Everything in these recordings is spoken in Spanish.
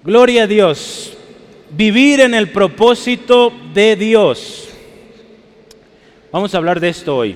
Gloria a Dios. Vivir en el propósito de Dios. Vamos a hablar de esto hoy.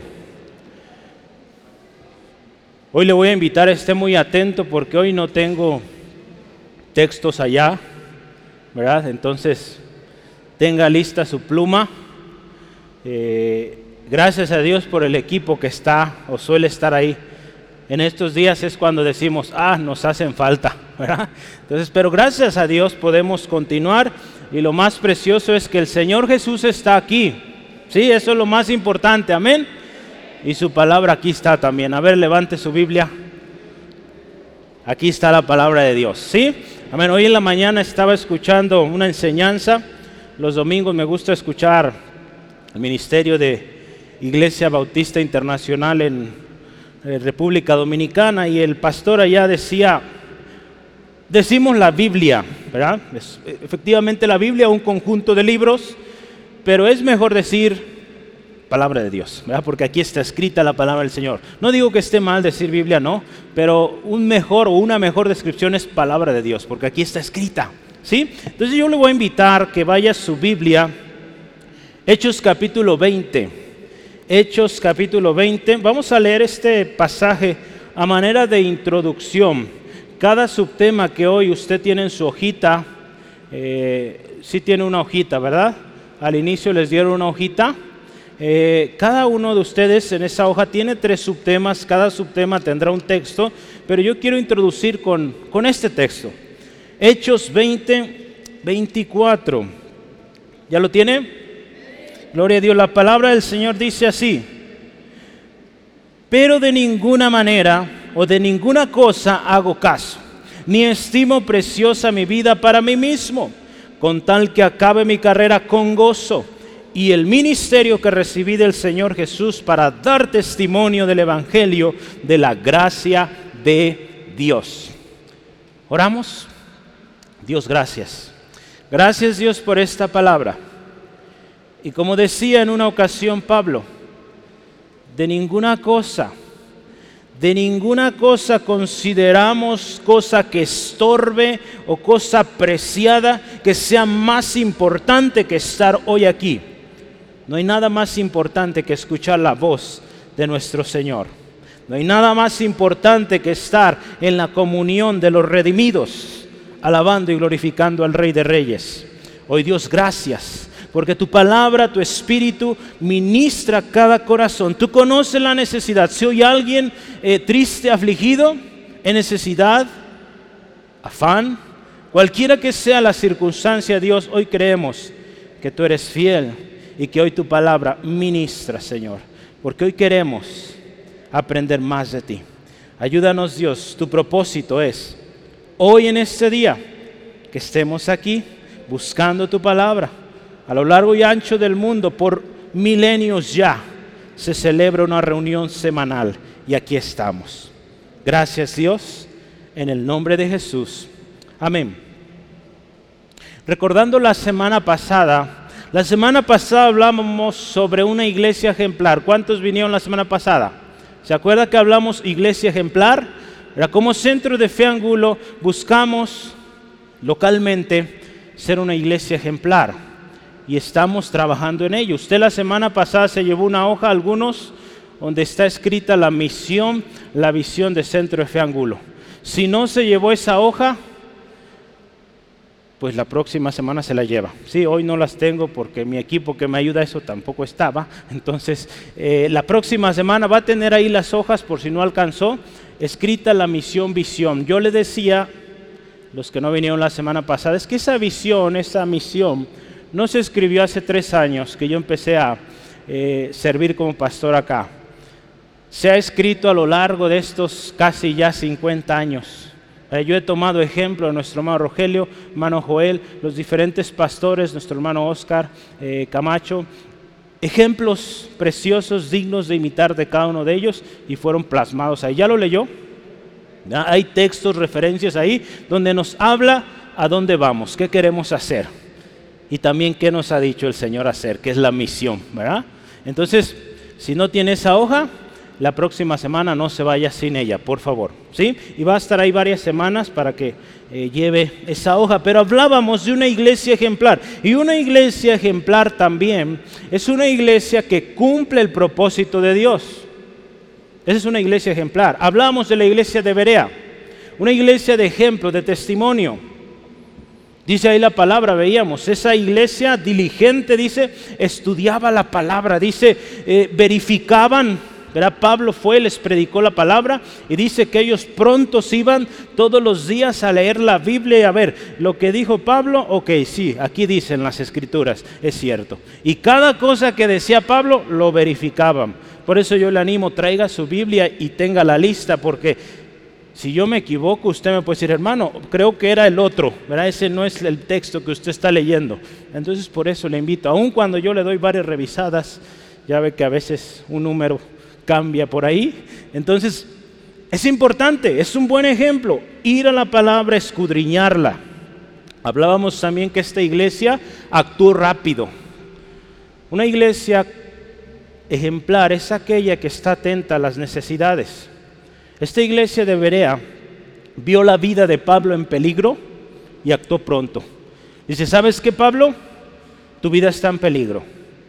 Hoy le voy a invitar a esté muy atento porque hoy no tengo textos allá, ¿verdad? Entonces, tenga lista su pluma. Gracias a Dios por el equipo que está o suele estar ahí. En estos días es cuando decimos, nos hacen falta, ¿verdad? Entonces, pero gracias a Dios podemos continuar y lo más precioso es que el Señor Jesús está aquí. Sí, eso es lo más importante, amén. Y su palabra aquí está también. A ver, levante su Biblia. Aquí está la palabra de Dios, ¿sí? Amén. Hoy en la mañana estaba escuchando una enseñanza. Los domingos me gusta escuchar el ministerio de Iglesia Bautista Internacional en República Dominicana, y el pastor allá decimos la Biblia, ¿verdad? Es, efectivamente la Biblia es un conjunto de libros, pero es mejor decir palabra de Dios, ¿verdad? Porque aquí está escrita la palabra del Señor. No digo que esté mal decir Biblia, no, pero una mejor descripción es palabra de Dios, porque aquí está escrita, ¿sí? Entonces yo le voy a invitar que vaya a su Biblia, Hechos capítulo 20. Hechos capítulo 20, vamos a leer este pasaje a manera de introducción. Cada subtema que hoy usted tiene en su hojita, sí tiene una hojita, ¿verdad? Al inicio les dieron una hojita. Cada uno de ustedes en esa hoja tiene 3 subtemas, cada subtema tendrá un texto, pero yo quiero introducir con este texto. Hechos 20, 24. ¿Ya lo tiene? Gloria a Dios, la palabra del Señor dice así: pero de ninguna manera o de ninguna cosa hago caso, ni estimo preciosa mi vida para mí mismo, con tal que acabe mi carrera con gozo y el ministerio que recibí del Señor Jesús para dar testimonio del Evangelio de la gracia de Dios. ¿Oramos? Dios, gracias. Gracias, Dios, por esta palabra. Y como decía en una ocasión Pablo, de ninguna cosa consideramos cosa que estorbe o cosa preciada que sea más importante que estar hoy aquí. No hay nada más importante que escuchar la voz de nuestro Señor. No hay nada más importante que estar en la comunión de los redimidos, alabando y glorificando al Rey de Reyes. Hoy, Dios, gracias, porque tu palabra, tu espíritu ministra cada corazón. Tú conoces la necesidad. Si hoy alguien triste, afligido, en necesidad, afán, cualquiera que sea la circunstancia, Dios, hoy creemos que tú eres fiel y que hoy tu palabra ministra, Señor, porque hoy queremos aprender más de ti. Ayúdanos, Dios. Tu propósito es, hoy en este día, que estemos aquí buscando tu palabra. A lo largo y ancho del mundo, por milenios ya, se celebra una reunión semanal y aquí estamos. Gracias, Dios, en el nombre de Jesús. Amén. Recordando la semana pasada hablábamos sobre una iglesia ejemplar. ¿Cuántos vinieron la semana pasada? ¿Se acuerda que hablamos iglesia ejemplar? Como Centro de Fe Angulo buscamos localmente ser una iglesia ejemplar. Y estamos trabajando en ello. Usted la semana pasada se llevó una hoja, algunos, donde está escrita la misión, la visión de Centro de Fe Angulo. Si no se llevó esa hoja, pues la próxima semana se la lleva. Sí, hoy no las tengo porque mi equipo que me ayuda a eso tampoco estaba. Entonces, la próxima semana va a tener ahí las hojas, por si no alcanzó, escrita la misión, visión. Yo le decía, los que no vinieron la semana pasada, es que esa visión, esa misión, no se escribió hace 3 años que yo empecé a servir como pastor acá. Se ha escrito a lo largo de estos casi ya 50 años. Yo he tomado ejemplo de nuestro hermano Rogelio, hermano Joel, los diferentes pastores, nuestro hermano Oscar Camacho, ejemplos preciosos, dignos de imitar de cada uno de ellos, y fueron plasmados ahí. ¿Ya lo leyó? ¿Ya? Hay textos, referencias ahí, donde nos habla a dónde vamos, qué queremos hacer. Y también qué nos ha dicho el Señor hacer, que es la misión, ¿verdad? Entonces, si no tiene esa hoja, la próxima semana no se vaya sin ella, por favor, ¿sí? Y va a estar ahí varias semanas para que lleve esa hoja. Pero hablábamos de una iglesia ejemplar. Y una iglesia ejemplar también es una iglesia que cumple el propósito de Dios. Esa es una iglesia ejemplar. Hablábamos de la iglesia de Berea, una iglesia de ejemplo, de testimonio. Dice ahí la palabra, veíamos, esa iglesia diligente, dice, estudiaba la palabra, dice, verificaban, ¿verdad? Pablo fue, les predicó la palabra y dice que ellos prontos iban todos los días a leer la Biblia y a ver, lo que dijo Pablo, ok, sí, aquí dicen las escrituras, es cierto. Y cada cosa que decía Pablo, lo verificaban. Por eso yo le animo, traiga su Biblia y tenga la lista, porque si yo me equivoco, usted me puede decir, hermano, creo que era el otro, ¿verdad? Ese no es el texto que usted está leyendo. Entonces, por eso le invito, aun cuando yo le doy varias revisadas, ya ve que a veces un número cambia por ahí. Entonces, es importante, es un buen ejemplo, ir a la palabra, escudriñarla. Hablábamos también que esta iglesia actuó rápido. Una iglesia ejemplar es aquella que está atenta a las necesidades. Esta iglesia de Berea vio la vida de Pablo en peligro y actuó pronto. Dice, ¿sabes qué, Pablo? Tu vida está en peligro.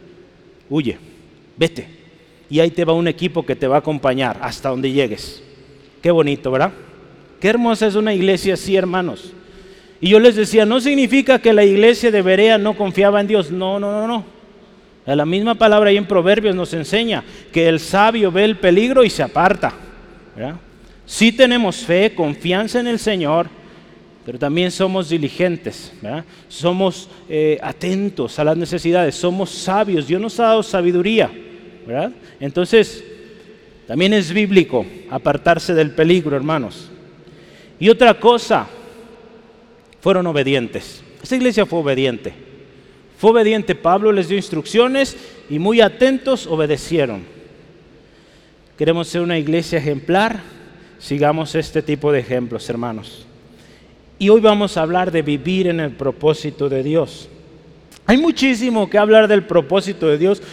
Huye, vete. Y ahí te va un equipo que te va a acompañar hasta donde llegues. Qué bonito, ¿verdad? Qué hermosa es una iglesia así, hermanos. Y yo les decía, no significa que la iglesia de Berea no confiaba en Dios. No. La misma palabra ahí en Proverbios nos enseña que el sabio ve el peligro y se aparta, ¿verdad? Sí tenemos fe, confianza en el Señor, pero también somos diligentes, ¿verdad? Somos atentos a las necesidades, somos sabios. Dios nos ha dado sabiduría, ¿verdad? Entonces, también es bíblico apartarse del peligro, hermanos. Y otra cosa, fueron obedientes. Esta iglesia fue obediente. Pablo les dio instrucciones y muy atentos obedecieron. Queremos ser una iglesia ejemplar, sigamos este tipo de ejemplos, hermanos. Y hoy vamos a hablar de vivir en el propósito de Dios. Hay muchísimo que hablar del propósito de Dios.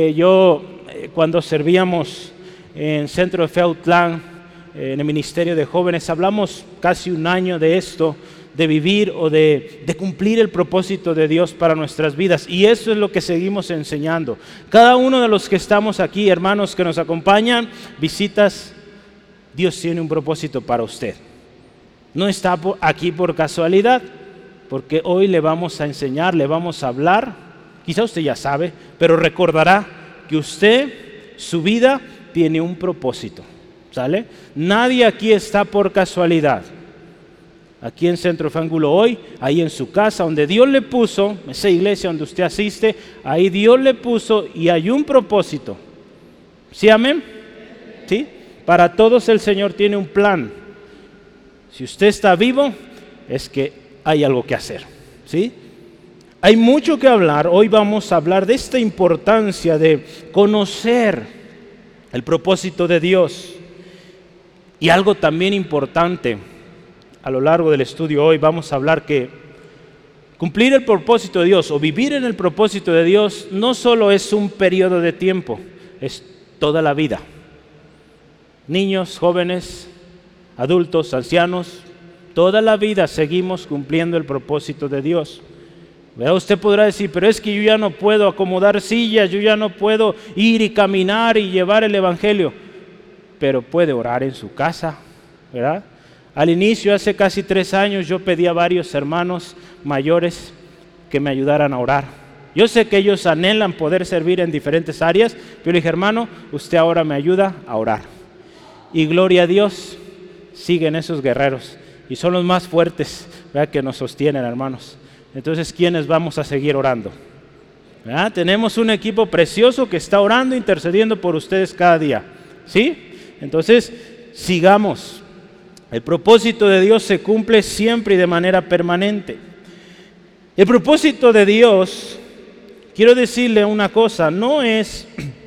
Cuando servíamos en Centro de Fe Autlán, en el Ministerio de Jóvenes, hablamos casi un año de esto, de vivir o de cumplir el propósito de Dios para nuestras vidas. Y eso es lo que seguimos enseñando. Cada uno de los que estamos aquí, hermanos que nos acompañan, visitas, Dios tiene un propósito para usted. No está aquí por casualidad, porque hoy le vamos a enseñar, le vamos a hablar. Quizá usted ya sabe, pero recordará que usted, su vida, tiene un propósito. ¿Sale? Nadie aquí está por casualidad. Aquí en Centro Fe Ángulo hoy, ahí en su casa, donde Dios le puso, esa iglesia donde usted asiste, ahí Dios le puso y hay un propósito. ¿Sí, amén? ¿Sí? Para todos el Señor tiene un plan. Si usted está vivo, es que hay algo que hacer. ¿Sí? Hay mucho que hablar. Hoy vamos a hablar de esta importancia de conocer el propósito de Dios. Y algo también importante, a lo largo del estudio hoy vamos a hablar que cumplir el propósito de Dios o vivir en el propósito de Dios no solo es un periodo de tiempo, es toda la vida. Niños, jóvenes, adultos, ancianos, toda la vida seguimos cumpliendo el propósito de Dios. ¿Verdad? Usted podrá decir, pero es que yo ya no puedo acomodar sillas, yo ya no puedo ir y caminar y llevar el evangelio, pero puede orar en su casa, ¿verdad? Al inicio, hace casi 3 años, yo pedí a varios hermanos mayores que me ayudaran a orar. Yo sé que ellos anhelan poder servir en diferentes áreas, pero le dije, hermano, usted ahora me ayuda a orar. Y gloria a Dios, siguen esos guerreros y son los más fuertes, ¿verdad?, que nos sostienen, hermanos. Entonces, ¿quiénes vamos a seguir orando? ¿Verdad? Tenemos un equipo precioso que está orando, intercediendo por ustedes cada día. ¿Sí? Entonces, sigamos. El propósito de Dios se cumple siempre y de manera permanente. El propósito de Dios, quiero decirle una cosa, no es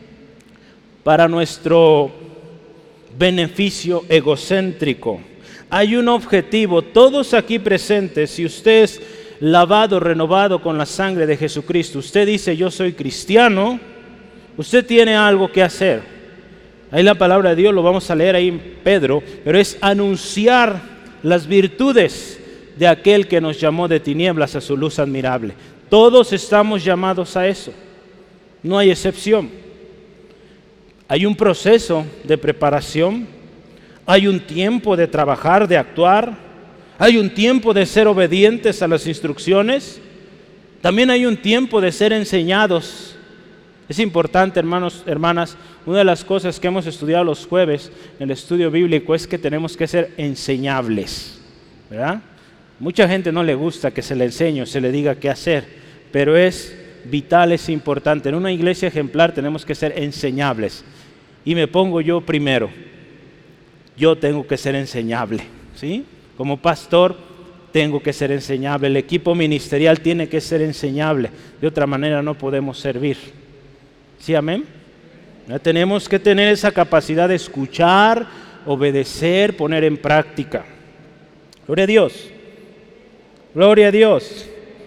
para nuestro beneficio egocéntrico. Hay un objetivo, todos aquí presentes, si usted es lavado, renovado con la sangre de Jesucristo, usted dice yo soy cristiano, usted tiene algo que hacer. Ahí la palabra de Dios, lo vamos a leer ahí en Pedro, pero es anunciar las virtudes de aquel que nos llamó de tinieblas a su luz admirable. Todos estamos llamados a eso, no hay excepción. Hay un proceso de preparación, hay un tiempo de trabajar, de actuar, hay un tiempo de ser obedientes a las instrucciones, también hay un tiempo de ser enseñados. Es importante, hermanos, hermanas, una de las cosas que hemos estudiado los jueves en el estudio bíblico es que tenemos que ser enseñables, ¿verdad? Mucha gente no le gusta que se le enseñe o se le diga qué hacer, pero es vital, es importante. En una iglesia ejemplar tenemos que ser enseñables. Y me pongo yo primero. Yo tengo que ser enseñable, ¿sí? Como pastor tengo que ser enseñable. El equipo ministerial tiene que ser enseñable. De otra manera no podemos servir. ¿Sí, amén? Ya tenemos que tener esa capacidad de escuchar, obedecer, poner en práctica. Gloria a Dios. Gloria a Dios.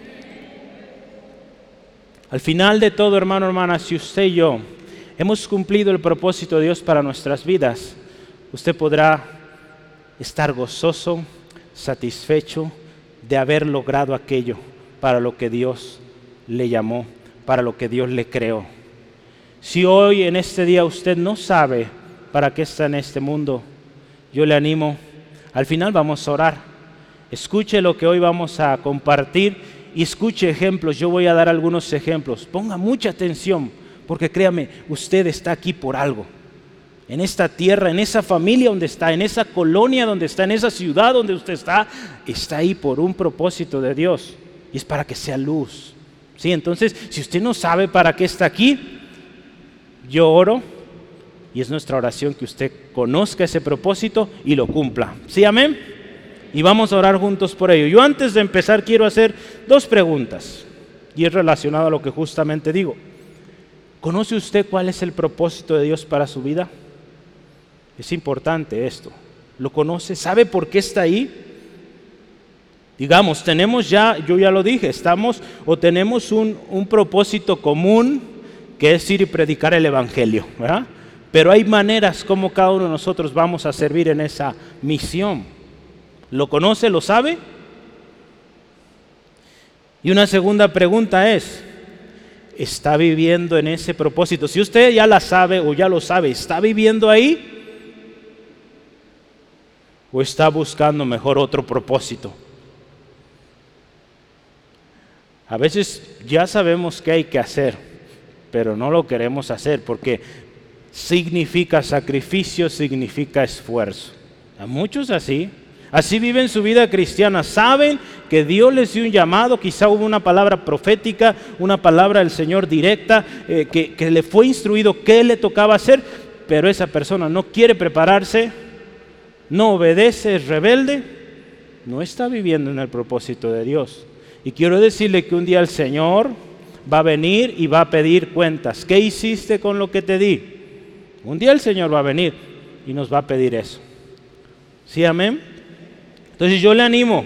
Al final de todo, hermano, hermana, si usted y yo hemos cumplido el propósito de Dios para nuestras vidas, usted podrá estar gozoso, satisfecho de haber logrado aquello para lo que Dios le llamó, para lo que Dios le creó. Si hoy en este día usted no sabe para qué está en este mundo, yo le animo, al final vamos a orar. Escuche lo que hoy vamos a compartir y escuche ejemplos. Yo voy a dar algunos ejemplos. Ponga mucha atención, porque créame, usted está aquí por algo. En esta tierra, en esa familia donde está, en esa colonia donde está, en esa ciudad donde usted está ahí por un propósito de Dios. Y es para que sea luz. ¿Sí? Entonces, si usted no sabe para qué está aquí, yo oro, y es nuestra oración que usted conozca ese propósito y lo cumpla. ¿Sí, amén? Y vamos a orar juntos por ello. Yo antes de empezar quiero hacer 2 preguntas, y es relacionado a lo que justamente digo. ¿Conoce usted cuál es el propósito de Dios para su vida? Es importante esto. ¿Lo conoce? ¿Sabe por qué está ahí? Digamos, tenemos ya, yo ya lo dije, tenemos un propósito común, que es ir y predicar el Evangelio, ¿verdad? Pero hay maneras como cada uno de nosotros vamos a servir en esa misión. ¿Lo conoce? ¿Lo sabe? Y una segunda pregunta es, ¿está viviendo en ese propósito? Si usted ya la sabe o ya lo sabe, ¿está viviendo ahí? ¿O está buscando mejor otro propósito? A veces ya sabemos qué hay que hacer, pero no lo queremos hacer porque significa sacrificio, significa esfuerzo. A muchos así viven su vida cristiana, saben que Dios les dio un llamado, quizá hubo una palabra profética, una palabra del Señor directa, que le fue instruido qué le tocaba hacer, pero esa persona no quiere prepararse, no obedece, es rebelde, no está viviendo en el propósito de Dios. Y quiero decirle que un día el Señor va a venir y va a pedir cuentas. ¿Qué hiciste con lo que te di? Un día el Señor va a venir y nos va a pedir eso. ¿Sí, amén? Entonces yo le animo.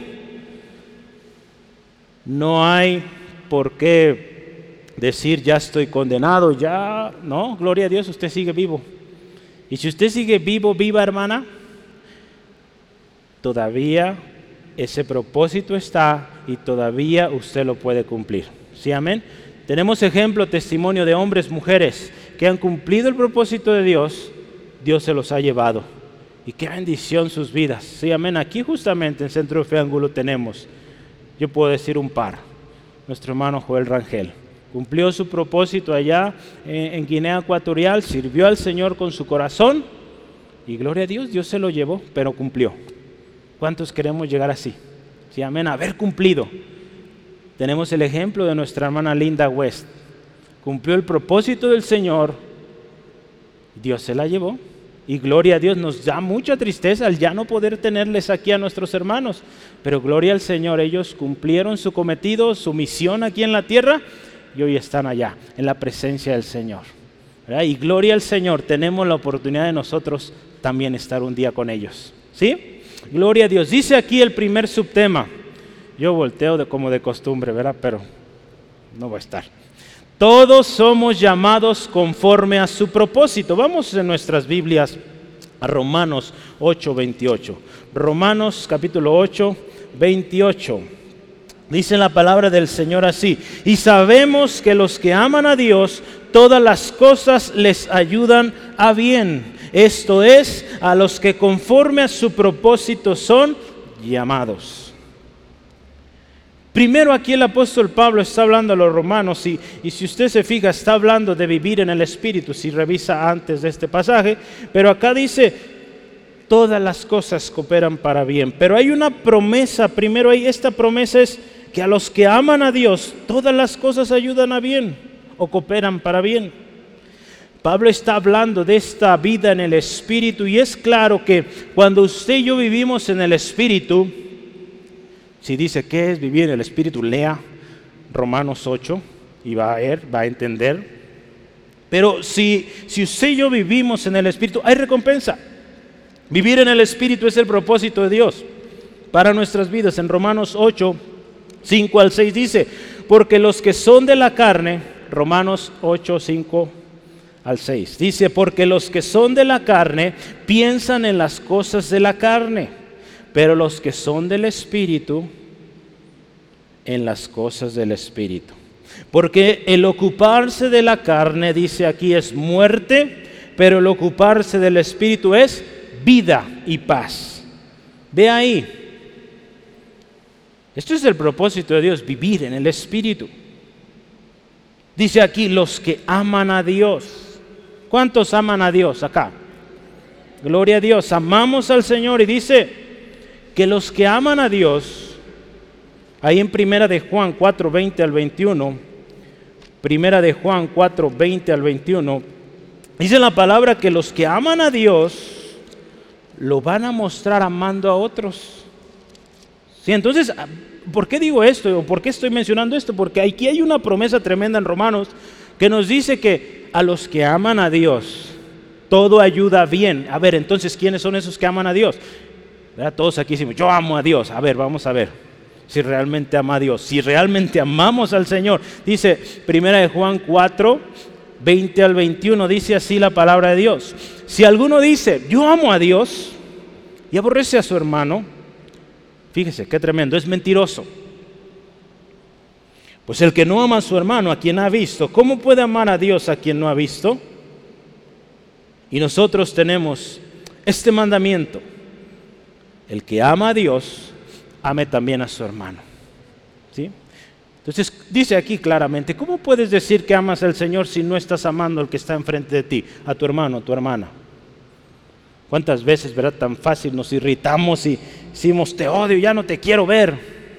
No hay por qué decir ya estoy condenado, ya, no, gloria a Dios, usted sigue vivo. Y si usted sigue vivo, viva, hermana, todavía ese propósito está y todavía usted lo puede cumplir. ¿Sí, amén? Tenemos ejemplo, testimonio de hombres, mujeres que han cumplido el propósito de Dios, Dios se los ha llevado. Y qué bendición sus vidas. Sí, amén. Aquí justamente en Centro de Fe Ángulo tenemos, yo puedo decir un par, nuestro hermano Joel Rangel. Cumplió su propósito allá en Guinea Ecuatorial, sirvió al Señor con su corazón y gloria a Dios, Dios se lo llevó, pero cumplió. ¿Cuántos queremos llegar así? Sí, amén, haber cumplido. Tenemos el ejemplo de nuestra hermana Linda West. Cumplió el propósito del Señor, Dios se la llevó. Y gloria a Dios, nos da mucha tristeza al ya no poder tenerles aquí a nuestros hermanos. Pero gloria al Señor, ellos cumplieron su cometido, su misión aquí en la tierra y hoy están allá, en la presencia del Señor. ¿Verdad? Y gloria al Señor, tenemos la oportunidad de nosotros también estar un día con ellos. ¿Sí? Gloria a Dios. Dice aquí el primer subtema. Yo volteo como de costumbre, ¿verdad? Pero no va a estar. Todos somos llamados conforme a su propósito. Vamos en nuestras Biblias a Romanos 8:28. Romanos capítulo 8, 28. Dice la palabra del Señor así: y sabemos que los que aman a Dios, todas las cosas les ayudan a bien. Esto es, a los que conforme a su propósito son llamados. Primero aquí el apóstol Pablo está hablando a los romanos y si usted se fija está hablando de vivir en el Espíritu, si revisa antes de este pasaje, pero acá dice todas las cosas cooperan para bien. Pero hay una promesa, primero esta promesa es que a los que aman a Dios todas las cosas ayudan a bien o cooperan para bien. Pablo está hablando de esta vida en el Espíritu y es claro que cuando usted y yo vivimos en el Espíritu, si dice qué es vivir en el Espíritu, lea Romanos 8 y va a entender. Pero si usted y yo vivimos en el Espíritu, hay recompensa. Vivir en el Espíritu es el propósito de Dios para nuestras vidas. En Romanos 8, 5 al 6 dice, porque los que son de la carne, Romanos 8, 5 al 6, dice, porque los que son de la carne piensan en las cosas de la carne, pero los que son del Espíritu, en las cosas del Espíritu. Porque el ocuparse de la carne, dice aquí, es muerte, pero el ocuparse del Espíritu es vida y paz. Ve ahí. Esto es el propósito de Dios, vivir en el Espíritu. Dice aquí, los que aman a Dios. ¿Cuántos aman a Dios acá? Gloria a Dios, amamos al Señor y dice que los que aman a Dios, ahí en Primera de Juan 4, 20 al 21, Primera de Juan 4, 20 al 21, dice la palabra que los que aman a Dios lo van a mostrar amando a otros. Sí, entonces, ¿por qué digo esto? ¿Por qué estoy mencionando esto? Porque aquí hay una promesa tremenda en Romanos que nos dice que a los que aman a Dios todo ayuda bien. A ver, entonces, ¿quiénes son esos que aman a Dios? ¿Verdad? Todos aquí decimos, yo amo a Dios. A ver, vamos a ver si realmente ama a Dios, si realmente amamos al Señor. Dice Primera de Juan 4, 20 al 21, dice así la palabra de Dios. Si alguno dice, yo amo a Dios y aborrece a su hermano, fíjese qué tremendo, es mentiroso. Pues el que no ama a su hermano, a quien ha visto, ¿cómo puede amar a Dios a quien no ha visto? Y nosotros tenemos este mandamiento: el que ama a Dios, ame también a su hermano. ¿Sí? Entonces dice aquí claramente, ¿cómo puedes decir que amas al Señor si no estás amando al que está enfrente de ti, a tu hermano, a tu hermana? ¿Cuántas veces, verdad, tan fácil nos irritamos y decimos, te odio, ya no te quiero ver?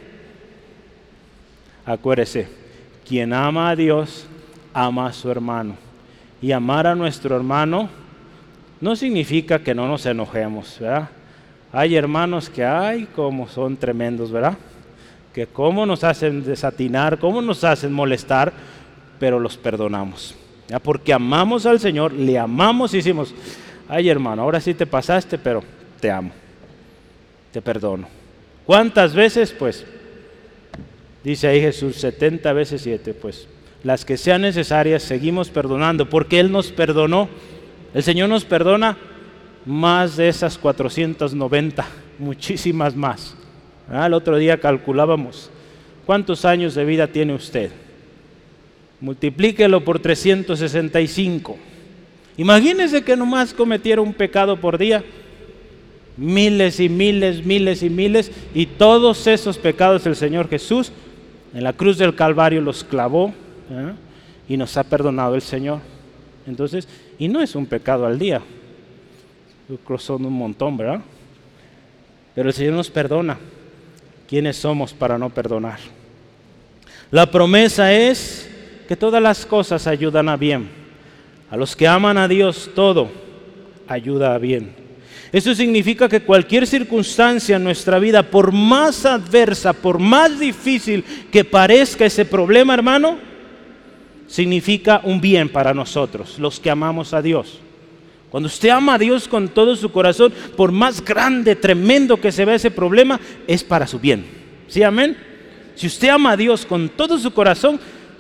Acuérdese, quien ama a Dios, ama a su hermano. Y amar a nuestro hermano no significa que no nos enojemos, ¿verdad? Hay hermanos que, ay, cómo son tremendos, ¿verdad? Que cómo nos hacen desatinar, cómo nos hacen molestar, pero los perdonamos. ¿Ya? Porque amamos al Señor, le amamos y decimos, ay hermano, ahora sí te pasaste, pero te amo, te perdono. ¿Cuántas veces? Pues, dice ahí Jesús, 70 veces 7, pues, las que sean necesarias seguimos perdonando, porque Él nos perdonó. El Señor nos perdona más de esas 490, muchísimas más. El otro día calculábamos, ¿cuántos años de vida tiene usted? Multiplíquelo por 365. Imagínese que nomás cometiera un pecado por día, miles y miles, miles y miles, y todos esos pecados el Señor Jesús en la cruz del Calvario los clavó, ¿eh? Y nos ha perdonado el Señor. Entonces, y no es un pecado al día, yo creo que son un montón, ¿verdad? Pero el Señor nos perdona. ¿Quiénes somos para no perdonar? La promesa es que todas las cosas ayudan a bien. A los que aman a Dios, todo ayuda a bien. Eso significa que cualquier circunstancia en nuestra vida, por más adversa, por más difícil que parezca ese problema, hermano, significa un bien para nosotros, los que amamos a Dios. Cuando usted ama a Dios con todo su corazón, por más grande, tremendo que se vea ese problema, es para su bien. ¿Sí, amén? Si usted ama a Dios con todo su corazón,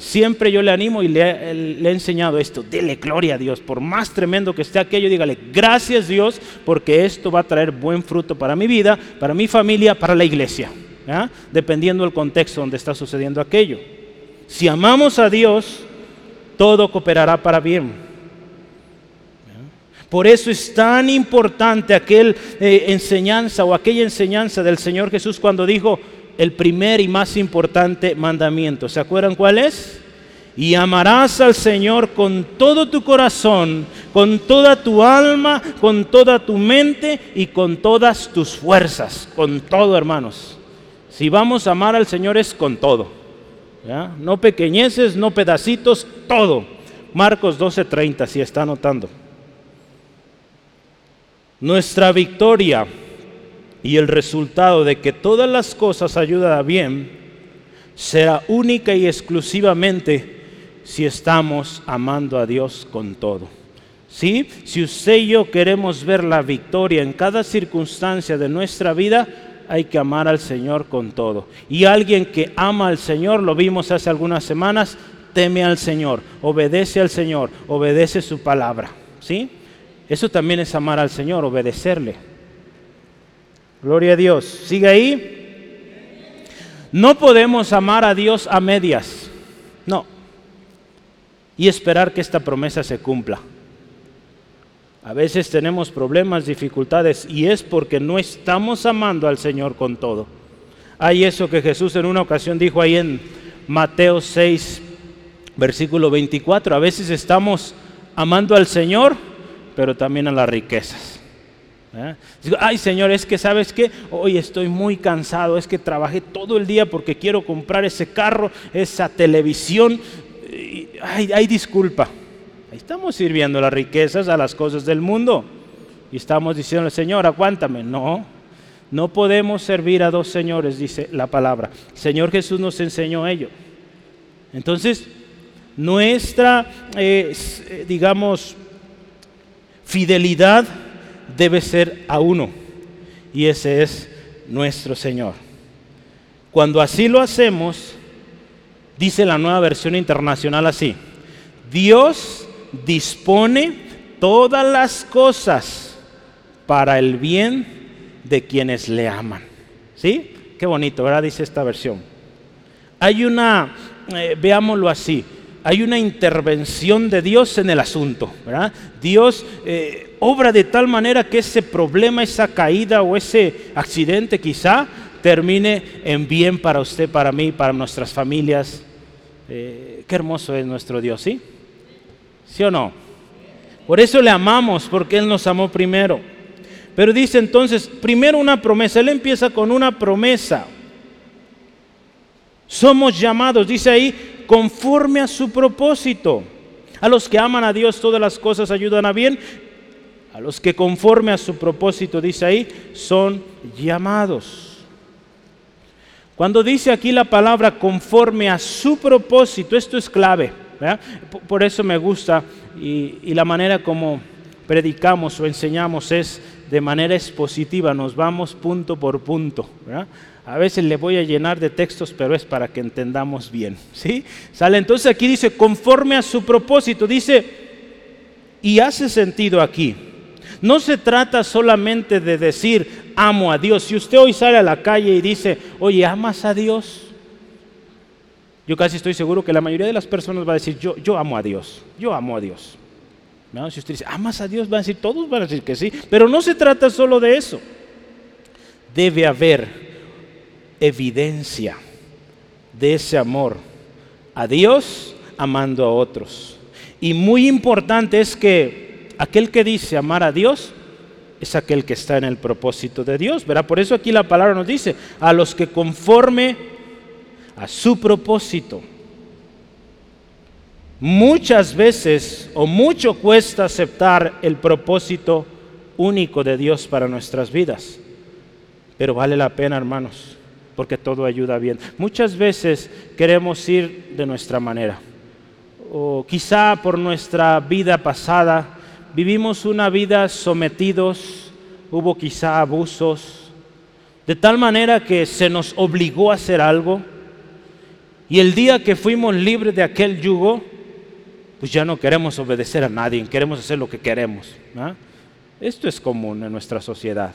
siempre yo le animo y le he enseñado esto: dele gloria a Dios. Por más tremendo que esté aquello, dígale gracias Dios, porque esto va a traer buen fruto para mi vida, para mi familia, para la iglesia, ¿ya? Dependiendo del contexto donde está sucediendo aquello. Si amamos a Dios, todo cooperará para bien. Por eso es tan importante aquella enseñanza del Señor Jesús cuando dijo el primer y más importante mandamiento. ¿Se acuerdan cuál es? Y amarás al Señor con todo tu corazón, con toda tu alma, con toda tu mente y con todas tus fuerzas. Con todo, hermanos. Si vamos a amar al Señor es con todo, ¿ya? No pequeñeces, no pedacitos, todo. Marcos 12:30, si está anotando. Nuestra victoria y el resultado de que todas las cosas ayudan a bien será única y exclusivamente si estamos amando a Dios con todo. ¿Sí? Si usted y yo queremos ver la victoria en cada circunstancia de nuestra vida, hay que amar al Señor con todo. Y alguien que ama al Señor, lo vimos hace algunas semanas, teme al Señor, obedece al Señor, obedece su palabra. ¿Sí? Eso también es amar al Señor, obedecerle. Gloria a Dios. ¿Sigue ahí? No podemos amar a Dios a medias. No. Y esperar que esta promesa se cumpla. A veces tenemos problemas, dificultades, y es porque no estamos amando al Señor con todo. Hay eso que Jesús en una ocasión dijo ahí en Mateo 6, versículo 24. A veces estamos amando al Señor, pero también a las riquezas. Digo, ay Señor, es que ¿sabes qué? Hoy estoy muy cansado, es que trabajé todo el día porque quiero comprar ese carro, esa televisión. Ay, disculpa. Ahí estamos sirviendo las riquezas a las cosas del mundo. Y estamos diciendo, Señor, aguántame. No podemos servir a dos señores, dice la palabra. El Señor Jesús nos enseñó ello. Entonces, nuestra, fidelidad debe ser a uno, y ese es nuestro Señor. Cuando así lo hacemos, dice la Nueva Versión Internacional así: Dios dispone todas las cosas para el bien de quienes le aman. ¿Sí? Qué bonito, ¿verdad? Dice esta versión. Hay una, veámoslo así, hay una intervención de Dios en el asunto, ¿verdad? Dios obra de tal manera que ese problema, esa caída o ese accidente quizá termine en bien para usted, para mí, para nuestras familias. Qué hermoso es nuestro Dios, ¿sí? ¿Sí o no? Por eso le amamos, porque Él nos amó primero. Pero dice entonces, primero una promesa. Él empieza con una promesa. Somos llamados, dice ahí, conforme a su propósito. A los que aman a Dios todas las cosas ayudan a bien. A los que conforme a su propósito, dice ahí, son llamados. Cuando dice aquí la palabra conforme a su propósito, esto es clave, ¿verdad? Por eso me gusta y la manera como predicamos o enseñamos es de manera expositiva, nos vamos punto por punto, ¿verdad? A veces le voy a llenar de textos, pero es para que entendamos bien, ¿sí? Sale, entonces aquí dice conforme a su propósito, dice, y hace sentido aquí. No se trata solamente de decir amo a Dios. Si usted hoy sale a la calle y dice, oye, ¿amas a Dios? Yo casi estoy seguro que la mayoría de las personas va a decir, yo amo a Dios, yo amo a Dios. ¿No? Si usted dice, ¿amas a Dios? Van a decir, todos van a decir que sí. Pero no se trata solo de eso. Debe haber evidencia de ese amor a Dios amando a otros. Y muy importante es que aquel que dice amar a Dios es aquel que está en el propósito de Dios, ¿verdad? Por eso aquí la palabra nos dice, a los que conforme a su propósito. Muchas veces o mucho cuesta aceptar el propósito único de Dios para nuestras vidas, pero vale la pena, hermanos, porque todo ayuda bien. Muchas veces queremos ir de nuestra manera, o quizá por nuestra vida pasada vivimos una vida sometidos, hubo quizá abusos, de tal manera que se nos obligó a hacer algo. Y el día que fuimos libres de aquel yugo, pues ya no queremos obedecer a nadie, queremos hacer lo que queremos, ¿verdad? Esto es común en nuestra sociedad.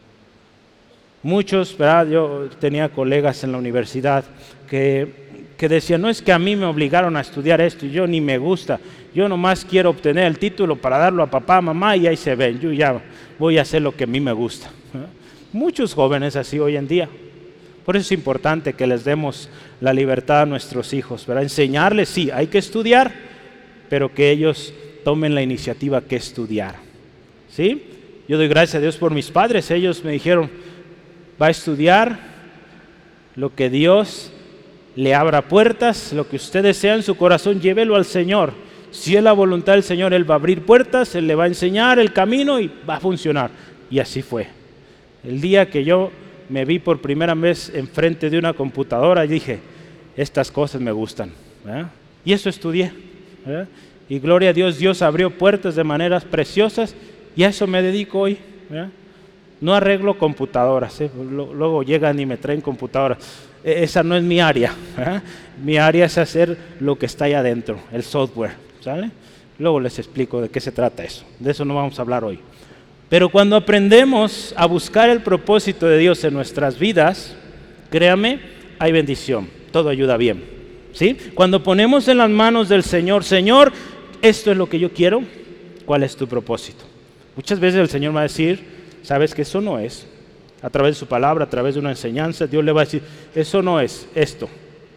Muchos, ¿verdad? Yo tenía colegas en la universidad que decían, no es que a mí me obligaron a estudiar esto y yo ni me gusta, yo nomás quiero obtener el título para darlo a papá, mamá y ahí se ven, yo ya voy a hacer lo que a mí me gusta. Muchos jóvenes así hoy en día. Por eso es importante que les demos la libertad a nuestros hijos, ¿verdad? Enseñarles, sí, hay que estudiar, pero que ellos tomen la iniciativa que estudiar, ¿sí? Yo doy gracias a Dios por mis padres, ellos me dijeron, va a estudiar lo que Dios le abra puertas, lo que usted desea en su corazón, llévelo al Señor. Si es la voluntad del Señor, Él va a abrir puertas, Él le va a enseñar el camino y va a funcionar. Y así fue. El día que yo me vi por primera vez enfrente de una computadora y dije, estas cosas me gustan, ¿verdad? Y eso estudié, ¿verdad? Y gloria a Dios, Dios abrió puertas de maneras preciosas y a eso me dedico hoy, ¿verdad? No arreglo computadoras, luego llegan y me traen computadoras. Esa no es mi área, ¿verdad? Mi área es hacer lo que está ahí adentro, el software, ¿sale? Luego les explico de qué se trata eso. De eso no vamos a hablar hoy. Pero cuando aprendemos a buscar el propósito de Dios en nuestras vidas, créame, hay bendición, todo ayuda bien, ¿sí? Cuando ponemos en las manos del Señor, Señor, esto es lo que yo quiero, ¿cuál es tu propósito? Muchas veces el Señor va a decir, sabes que eso no es. A través de su palabra, a través de una enseñanza, Dios le va a decir, eso no es esto.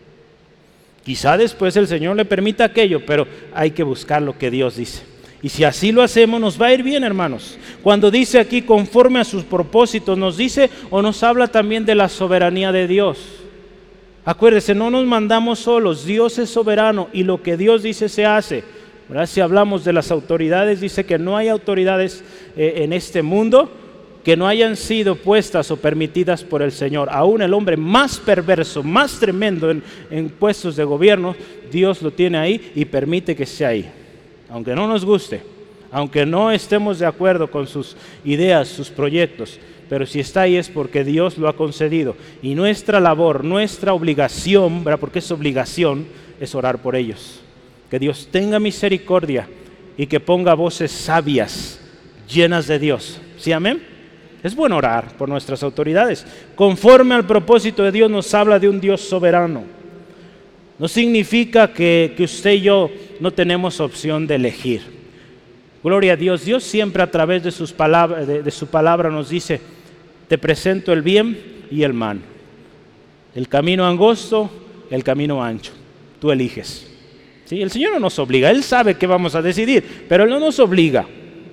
Quizá después el Señor le permita aquello, pero hay que buscar lo que Dios dice. Y si así lo hacemos, nos va a ir bien, hermanos. Cuando dice aquí, conforme a sus propósitos, nos dice o nos habla también de la soberanía de Dios. Acuérdense, no nos mandamos solos, Dios es soberano y lo que Dios dice se hace, ¿verdad? Si hablamos de las autoridades, dice que no hay autoridades en este mundo que no hayan sido puestas o permitidas por el Señor. Aún el hombre más perverso, más tremendo en puestos de gobierno, Dios lo tiene ahí y permite que esté ahí. Aunque no nos guste, aunque no estemos de acuerdo con sus ideas, sus proyectos, pero si está ahí es porque Dios lo ha concedido. Y nuestra labor, nuestra obligación, ¿verdad? Porque es obligación, es orar por ellos. Que Dios tenga misericordia y que ponga voces sabias, llenas de Dios. ¿Sí, amén? Es bueno orar por nuestras autoridades. Conforme al propósito de Dios nos habla de un Dios soberano. No significa que usted y yo no tenemos opción de elegir. Gloria a Dios. Dios siempre a través de sus palabras, de su palabra nos dice, te presento el bien y el mal. El camino angosto, el camino ancho. Tú eliges. ¿Sí? El Señor no nos obliga. Él sabe qué vamos a decidir, pero Él no nos obliga.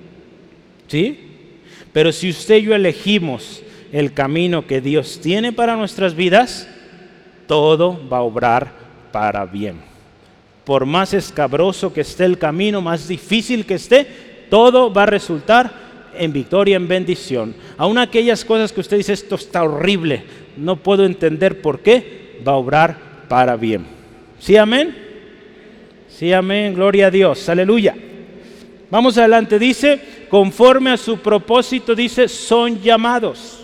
¿Sí? Pero si usted y yo elegimos el camino que Dios tiene para nuestras vidas, todo va a obrar para bien. Por más escabroso que esté el camino, más difícil que esté, todo va a resultar en victoria, en bendición. Aún aquellas cosas que usted dice, esto está horrible, no puedo entender por qué, va a obrar para bien. ¿Sí, amén? Sí, amén, gloria a Dios, aleluya. Vamos adelante, dice, conforme a su propósito, dice, son llamados.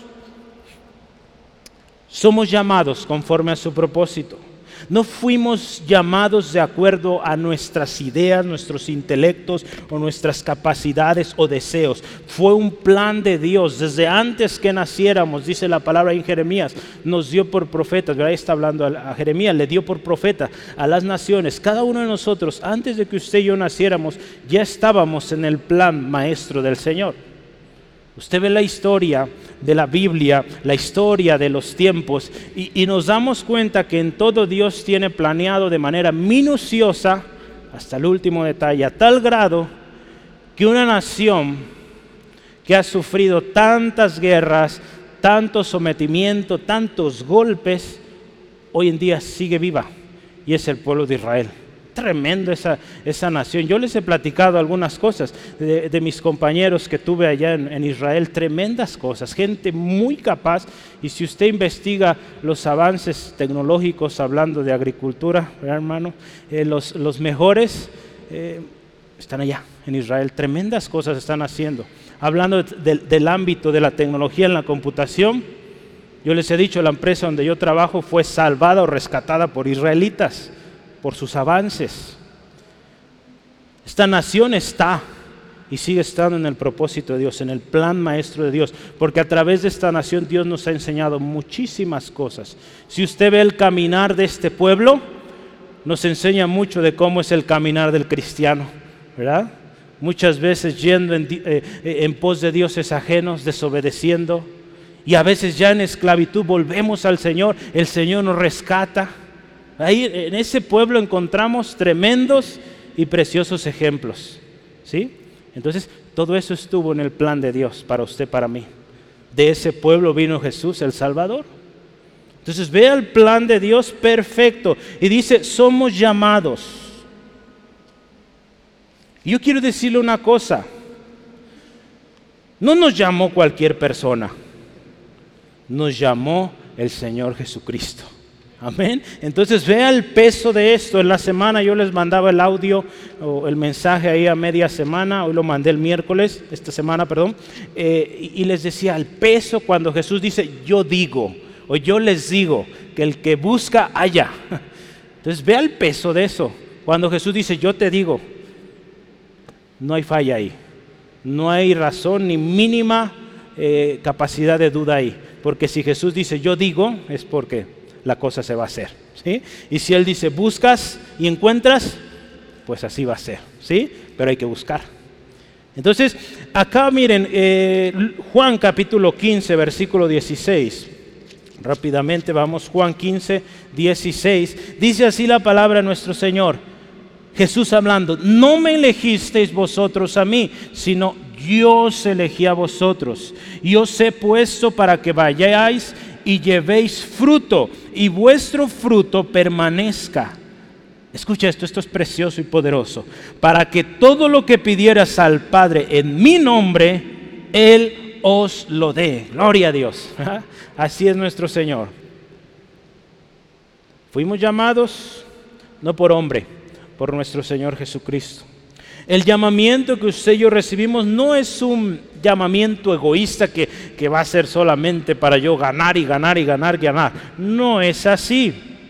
Somos llamados conforme a su propósito. No fuimos llamados de acuerdo a nuestras ideas, nuestros intelectos o nuestras capacidades o deseos. Fue un plan de Dios. Desde antes que naciéramos, dice la palabra en Jeremías, nos dio por profetas. Ahí está hablando a Jeremías, le dio por profeta a las naciones. Cada uno de nosotros, antes de que usted y yo naciéramos, ya estábamos en el plan maestro del Señor. Usted ve la historia de la Biblia, la historia de los tiempos y nos damos cuenta que en todo Dios tiene planeado de manera minuciosa hasta el último detalle, a tal grado que una nación que ha sufrido tantas guerras, tanto sometimiento, tantos golpes, hoy en día sigue viva y es el pueblo de Israel. Tremendo esa nación. Yo les he platicado algunas cosas de mis compañeros que tuve allá en Israel, tremendas cosas, gente muy capaz, y si usted investiga los avances tecnológicos hablando de agricultura, ¿verdad, hermano? Los mejores están allá en Israel, tremendas cosas están haciendo. Hablando del ámbito de la tecnología en la computación, Yo les he dicho, la empresa donde yo trabajo fue salvada o rescatada por israelitas, por sus avances. Esta nación está y sigue estando en el propósito de Dios, en el plan maestro de Dios, porque a través de esta nación Dios nos ha enseñado muchísimas cosas. Si usted ve el caminar de este pueblo, nos enseña mucho de cómo es el caminar del cristiano, ¿verdad? Muchas veces yendo en pos de dioses ajenos, desobedeciendo, y a veces ya en esclavitud volvemos al Señor, el Señor nos rescata. Ahí en ese pueblo encontramos tremendos y preciosos ejemplos, ¿sí? Entonces, todo eso estuvo en el plan de Dios para usted, para mí. De ese pueblo vino Jesús, el Salvador. Entonces, vea el plan de Dios perfecto. Y dice, somos llamados. Y yo quiero decirle una cosa. No nos llamó cualquier persona. Nos llamó el Señor Jesucristo. Amén. Entonces vea el peso de esto. En la semana yo les mandaba el audio o el mensaje ahí a media semana. Hoy lo mandé el miércoles, esta semana, perdón. Y les decía el peso cuando Jesús dice, yo digo, o yo les digo, que el que busca halla. Entonces vea el peso de eso. Cuando Jesús dice, yo te digo, no hay falla ahí. No hay razón ni mínima capacidad de duda ahí. Porque si Jesús dice, yo digo, es porque la cosa se va a hacer, ¿sí? Y si Él dice, buscas y encuentras, pues así va a ser, ¿sí? Pero hay que buscar. Entonces, acá miren, Juan capítulo 15, versículo 16. Rápidamente vamos, Juan 15, 16. Dice así la palabra de nuestro Señor. Jesús hablando, no me elegisteis vosotros a mí, sino yo os elegí a vosotros. Y os he puesto para que vayáis y llevéis fruto, y vuestro fruto permanezca. Escucha esto, esto es precioso y poderoso. Para que todo lo que pidieras al Padre en mi nombre, Él os lo dé. Gloria a Dios. Así es nuestro Señor. Fuimos llamados no por hombre, por nuestro Señor Jesucristo. El llamamiento que usted y yo recibimos no es un llamamiento egoísta que va a ser solamente para yo ganar y ganar y ganar y ganar. No es así.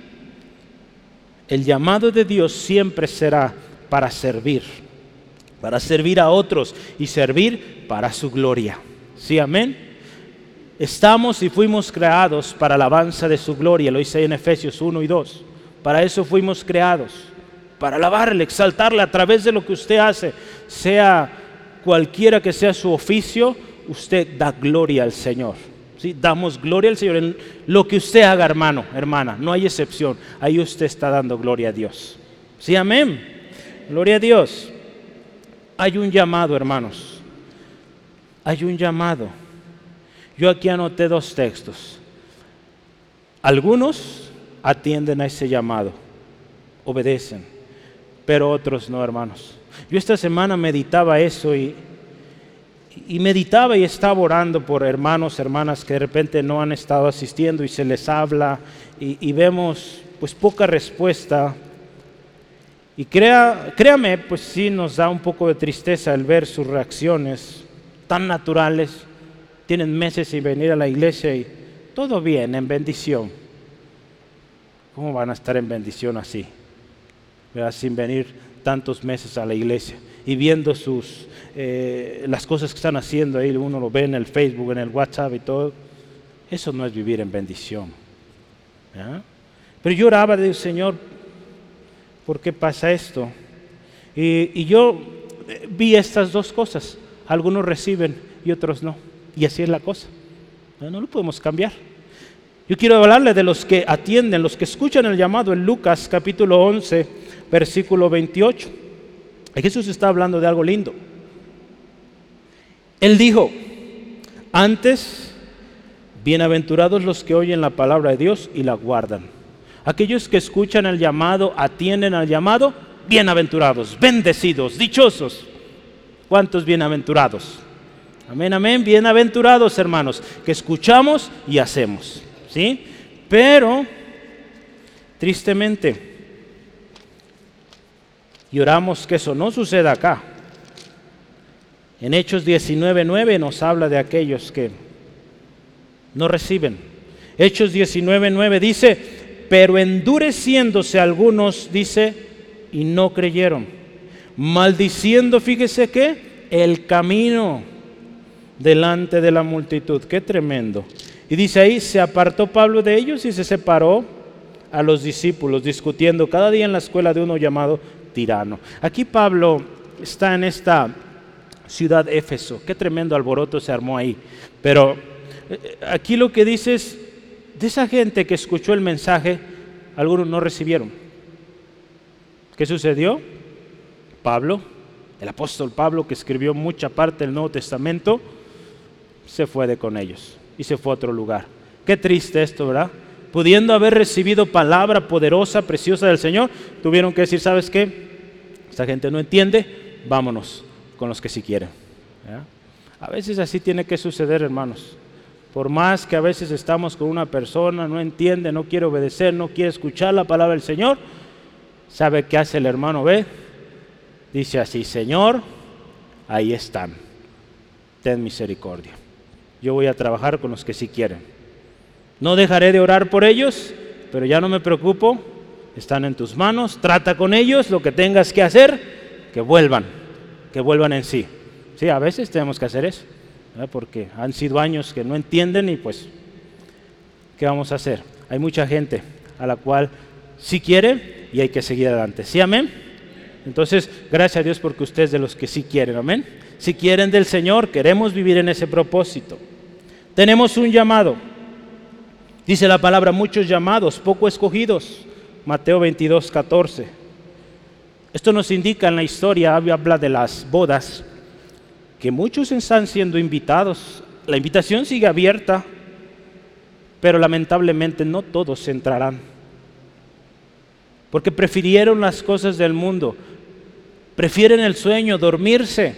El llamado de Dios siempre será para servir a otros y servir para su gloria. ¿Sí, amén? Estamos y fuimos creados para la alabanza de su gloria, lo dice en Efesios 1 y 2. Para eso fuimos creados. Para alabarle, exaltarle a través de lo que usted hace, sea cualquiera que sea su oficio, usted da gloria al Señor. ¿Sí? Damos gloria al Señor en lo que usted haga, hermano, hermana, no hay excepción. Ahí usted está dando gloria a Dios. ¿Sí, amén? Gloria a Dios. Hay un llamado, hermanos. Hay un llamado. Yo aquí anoté 2 textos. Algunos atienden a ese llamado, obedecen. Pero otros no, hermanos. Yo esta semana meditaba eso y meditaba y estaba orando por hermanos, hermanas que de repente no han estado asistiendo y se les habla y vemos pues poca respuesta. Y créame, pues sí nos da un poco de tristeza el ver sus reacciones tan naturales. Tienen meses sin venir a la iglesia y todo bien, en bendición. ¿Cómo van a estar en bendición así? ¿Verdad? Sin venir tantos meses a la iglesia y viendo las cosas que están haciendo ahí, uno lo ve en el Facebook, en el WhatsApp y todo. Eso no es vivir en bendición, ¿verdad? Pero yo oraba del Señor, ¿por qué pasa esto? Y yo vi estas 2 cosas, algunos reciben y otros no, y así es la cosa, no lo podemos cambiar. Yo quiero hablarle de los que atienden, los que escuchan el llamado en Lucas capítulo 11, versículo 28. Jesús está hablando de algo lindo. Él dijo, antes, bienaventurados los que oyen la palabra de Dios y la guardan. Aquellos que escuchan el llamado, atienden al llamado, bienaventurados, bendecidos, dichosos. ¿Cuántos bienaventurados? Amén, amén, bienaventurados, hermanos, que escuchamos y hacemos, ¿sí? Pero, tristemente, y oramos que eso no suceda acá. En Hechos 19:9 nos habla de aquellos que no reciben. Hechos 19:9 dice, pero endureciéndose algunos, dice, y no creyeron, maldiciendo, fíjese que, el camino delante de la multitud. Qué tremendo. Y dice ahí, se apartó Pablo de ellos y se separó a los discípulos, discutiendo cada día en la escuela de uno llamado Tirano. Aquí Pablo está en esta ciudad Éfeso. Qué tremendo alboroto se armó ahí. Pero aquí lo que dice es, de esa gente que escuchó el mensaje, algunos no recibieron. ¿Qué sucedió? Pablo, el apóstol Pablo, que escribió mucha parte del Nuevo Testamento, se fue de con ellos y se fue a otro lugar. Qué triste esto, ¿verdad? Pudiendo haber recibido palabra poderosa, preciosa del Señor, tuvieron que decir, ¿sabes qué? Esta gente no entiende, vámonos con los que sí quieren. ¿Ya? A veces así tiene que suceder, hermanos. Por más que a veces estamos con una persona, no entiende, no quiere obedecer, no quiere escuchar la palabra del Señor, ¿sabe qué hace el hermano B? Dice así, Señor, ahí están, ten misericordia. Yo voy a trabajar con los que sí quieren. No dejaré de orar por ellos, pero ya no me preocupo, están en tus manos, trata con ellos, lo que tengas que hacer, que vuelvan en sí. Sí, a veces tenemos que hacer eso, ¿verdad? Porque han sido años que no entienden y pues, ¿qué vamos a hacer? Hay mucha gente a la cual sí quiere y hay que seguir adelante. ¿Sí, amén? Entonces, gracias a Dios porque usted es de los que sí quieren, amén. Si quieren del Señor, queremos vivir en ese propósito. Tenemos un llamado. Dice la palabra, muchos llamados, poco escogidos. Mateo 22:14. Esto nos indica en la historia, habla de las bodas, que muchos están siendo invitados. La invitación sigue abierta, pero lamentablemente no todos entrarán. Porque prefirieron las cosas del mundo, prefieren el sueño, dormirse,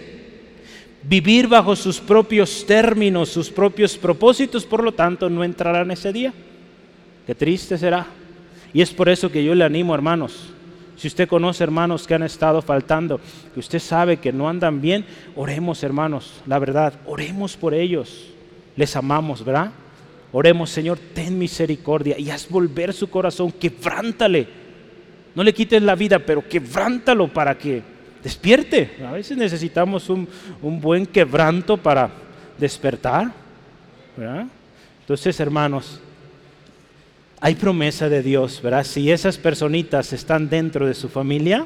vivir bajo sus propios términos, sus propios propósitos, por lo tanto no entrarán ese día. Qué triste será. Y es por eso que yo le animo, hermanos, si usted conoce hermanos que han estado faltando, que usted sabe que no andan bien, oremos, hermanos, la verdad, oremos por ellos. Les amamos, ¿verdad? Oremos, Señor, ten misericordia y haz volver su corazón, quebrántale. No le quites la vida, pero quebrántalo para que despierte. A veces necesitamos un buen quebranto para despertar, ¿verdad? Entonces, hermanos, hay promesa de Dios, ¿verdad? Si esas personitas están dentro de su familia,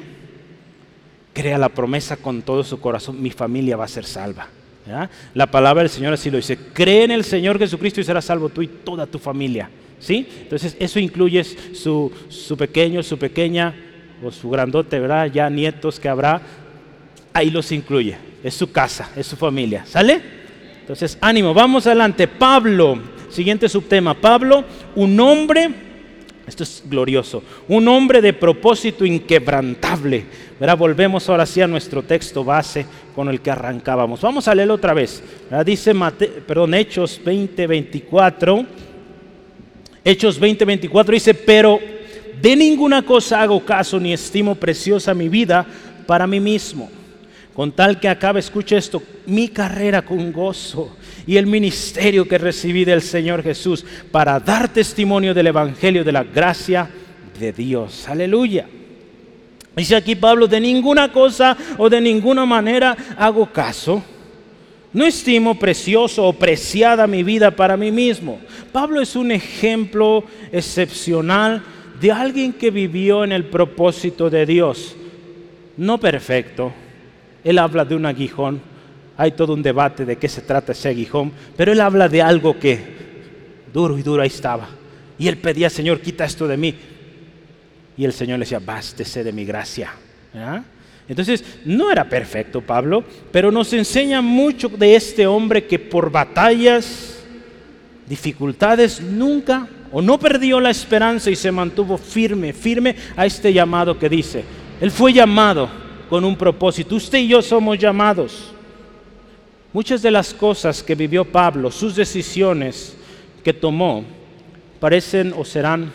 crea la promesa con todo su corazón, mi familia va a ser salva, ¿verdad? La palabra del Señor así lo dice, cree en el Señor Jesucristo y serás salvo tú y toda tu familia, ¿sí? Entonces eso incluye su pequeño, su pequeña o su grandote, ¿verdad? Ya nietos que habrá, ahí los incluye, es su casa, es su familia, ¿sale? Entonces ánimo, vamos adelante. Pablo, siguiente subtema, Pablo, un hombre, esto es glorioso, un hombre de propósito inquebrantable, ¿verdad? Volvemos ahora sí a nuestro texto base con el que arrancábamos. Vamos a leerlo otra vez, ¿verdad? Dice Hechos 20:24, Hechos 20:24 dice, pero de ninguna cosa hago caso ni estimo preciosa mi vida para mí mismo, con tal que acabe, escuche esto, mi carrera con gozo y el ministerio que recibí del Señor Jesús para dar testimonio del Evangelio de la gracia de Dios. Aleluya. Dice aquí Pablo, de ninguna cosa o de ninguna manera hago caso. No estimo precioso o preciada mi vida para mí mismo. Pablo es un ejemplo excepcional de alguien que vivió en el propósito de Dios. No perfecto. Él habla de un aguijón. Hay todo un debate de qué se trata ese aguijón, pero él habla de algo que duro y duro ahí estaba. Y él pedía, Señor, quita esto de mí. Y el Señor le decía, bástese de mi gracia. ¿Ya? Entonces, no era perfecto Pablo, pero nos enseña mucho de este hombre que por batallas, dificultades, nunca o no perdió la esperanza y se mantuvo firme a este llamado que dice. Él fue llamado con un propósito. Usted y yo somos llamados. Muchas de las cosas que vivió Pablo, sus decisiones que tomó, parecen o serán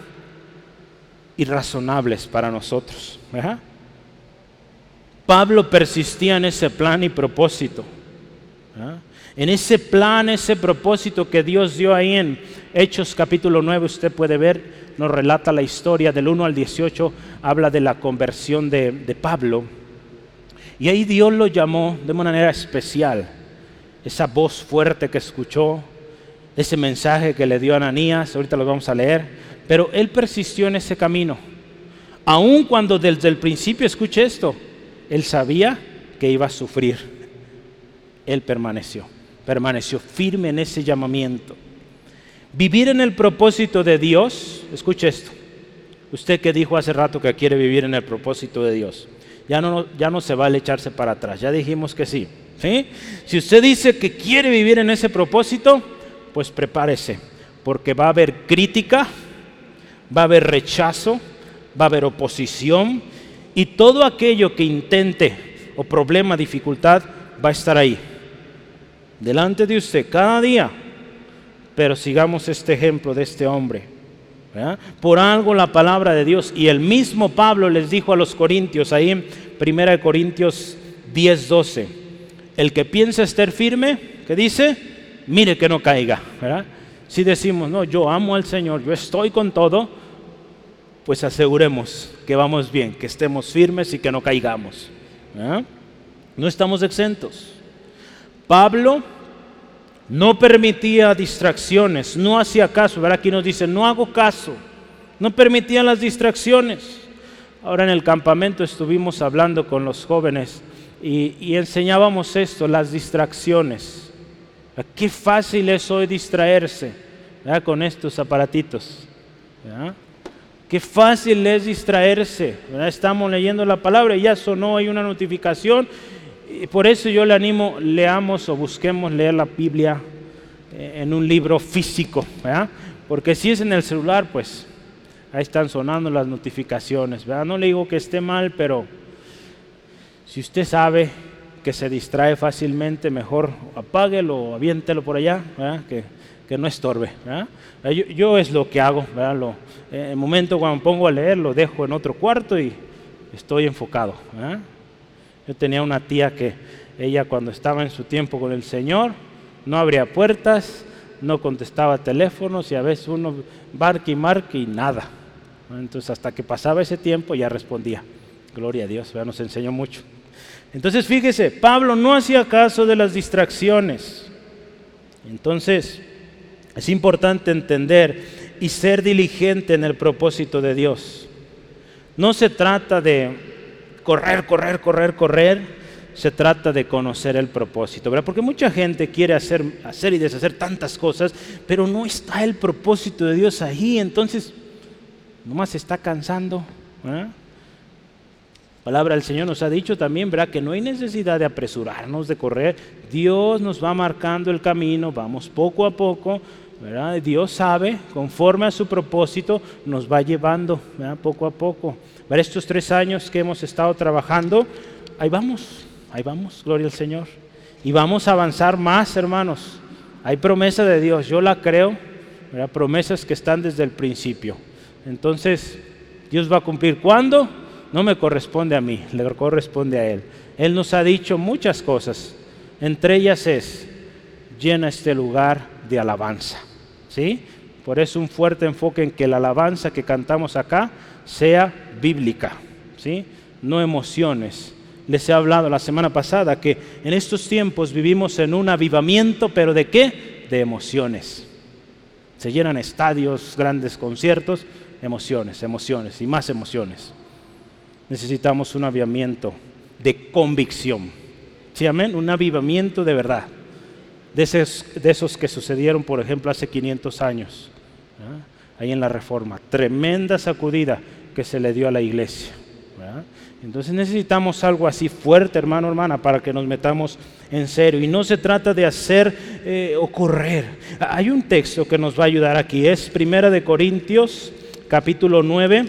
irrazonables para nosotros, ¿verdad? Pablo persistía en ese plan y propósito, ¿verdad? En ese plan, ese propósito que Dios dio ahí en Hechos capítulo 9, usted puede ver, nos relata la historia del 1 al 18, habla de la conversión de Pablo. Y ahí Dios lo llamó de una manera especial. Esa voz fuerte que escuchó, ese mensaje que le dio a Ananías, ahorita lo vamos a leer, pero él persistió en ese camino. Aun cuando desde el principio, escuche esto, él sabía que iba a sufrir. Él permaneció firme en ese llamamiento. Vivir en el propósito de Dios, escuche esto, usted que dijo hace rato que quiere vivir en el propósito de Dios, ya no se vale echarse para atrás, ya dijimos que sí, ¿sí? Si usted dice que quiere vivir en ese propósito, pues prepárese, porque va a haber crítica, va a haber rechazo, va a haber oposición, y todo aquello que intente, o problema, dificultad, va a estar ahí, delante de usted, cada día. Pero sigamos este ejemplo de este hombre, ¿verdad? Por algo la palabra de Dios, y el mismo Pablo les dijo a los corintios, ahí en 1 Corintios 10:12, el que piensa estar firme, ¿qué dice? Mire que no caiga, ¿verdad? Si decimos, no, yo amo al Señor, yo estoy con todo, pues aseguremos que vamos bien, que estemos firmes y que no caigamos, ¿verdad? No estamos exentos. Pablo no permitía distracciones, no hacía caso, ¿verdad? Aquí nos dice, no hago caso, no permitía las distracciones. Ahora en el campamento estuvimos hablando con los jóvenes y enseñábamos esto, las distracciones. Qué fácil es hoy distraerse, ¿verdad? Con estos aparatitos, ¿verdad? Qué fácil es distraerse, ¿verdad? Estamos leyendo la palabra y ya sonó ahí una notificación. Y por eso yo le animo, leamos o busquemos leer la Biblia en un libro físico, ¿verdad? Porque si es en el celular, pues ahí están sonando las notificaciones, ¿verdad? No le digo que esté mal, pero si usted sabe que se distrae fácilmente, mejor apáguelo o aviéntelo por allá, ¿verdad? Que no estorbe, ¿verdad? Yo es lo que hago, ¿verdad? En el momento cuando me pongo a leer, lo dejo en otro cuarto y estoy enfocado, ¿verdad? Yo tenía una tía que ella cuando estaba en su tiempo con el Señor no abría puertas, no contestaba teléfonos y a veces uno marque y nada. Entonces hasta que pasaba ese tiempo ya respondía. Gloria a Dios, ¿verdad? Nos enseñó mucho. Entonces fíjese, Pablo no hacía caso de las distracciones. Entonces es importante entender y ser diligente en el propósito de Dios. No se trata de correr, se trata de conocer el propósito, ¿verdad? Porque mucha gente quiere hacer y deshacer tantas cosas, pero no está el propósito de Dios ahí, entonces nomás se está cansando, ¿verdad? La palabra del Señor nos ha dicho también, ¿verdad? Que no hay necesidad de apresurarnos, de correr. Dios nos va marcando el camino, vamos poco a poco, ¿verdad? Dios sabe, conforme a su propósito, nos va llevando, ¿verdad? Poco a poco. Para estos 3 años que hemos estado trabajando, ahí vamos, gloria al Señor. Y vamos a avanzar más, hermanos. Hay promesa de Dios, yo la creo, ¿verdad? Promesas que están desde el principio. Entonces, Dios va a cumplir. ¿Cuándo? No me corresponde a mí, le corresponde a Él. Él nos ha dicho muchas cosas, entre ellas es, llena este lugar de alabanza, ¿sí? Por eso un fuerte enfoque en que la alabanza que cantamos acá sea bíblica, ¿sí? No emociones. Les he hablado la semana pasada que en estos tiempos vivimos en un avivamiento, ¿pero de qué? De emociones. Se llenan estadios, grandes conciertos, emociones y más emociones. Necesitamos un avivamiento de convicción, ¿sí? Amén, un avivamiento de verdad, de esos que sucedieron, por ejemplo, hace 500 años, ¿verdad? Ahí en la Reforma, tremenda sacudida que se le dio a la iglesia, ¿verdad? Entonces necesitamos algo así fuerte, hermano, hermana, para que nos metamos en serio. Y no se trata de hacer o correr. Hay un texto que nos va a ayudar aquí, es 1 Corintios capítulo 9,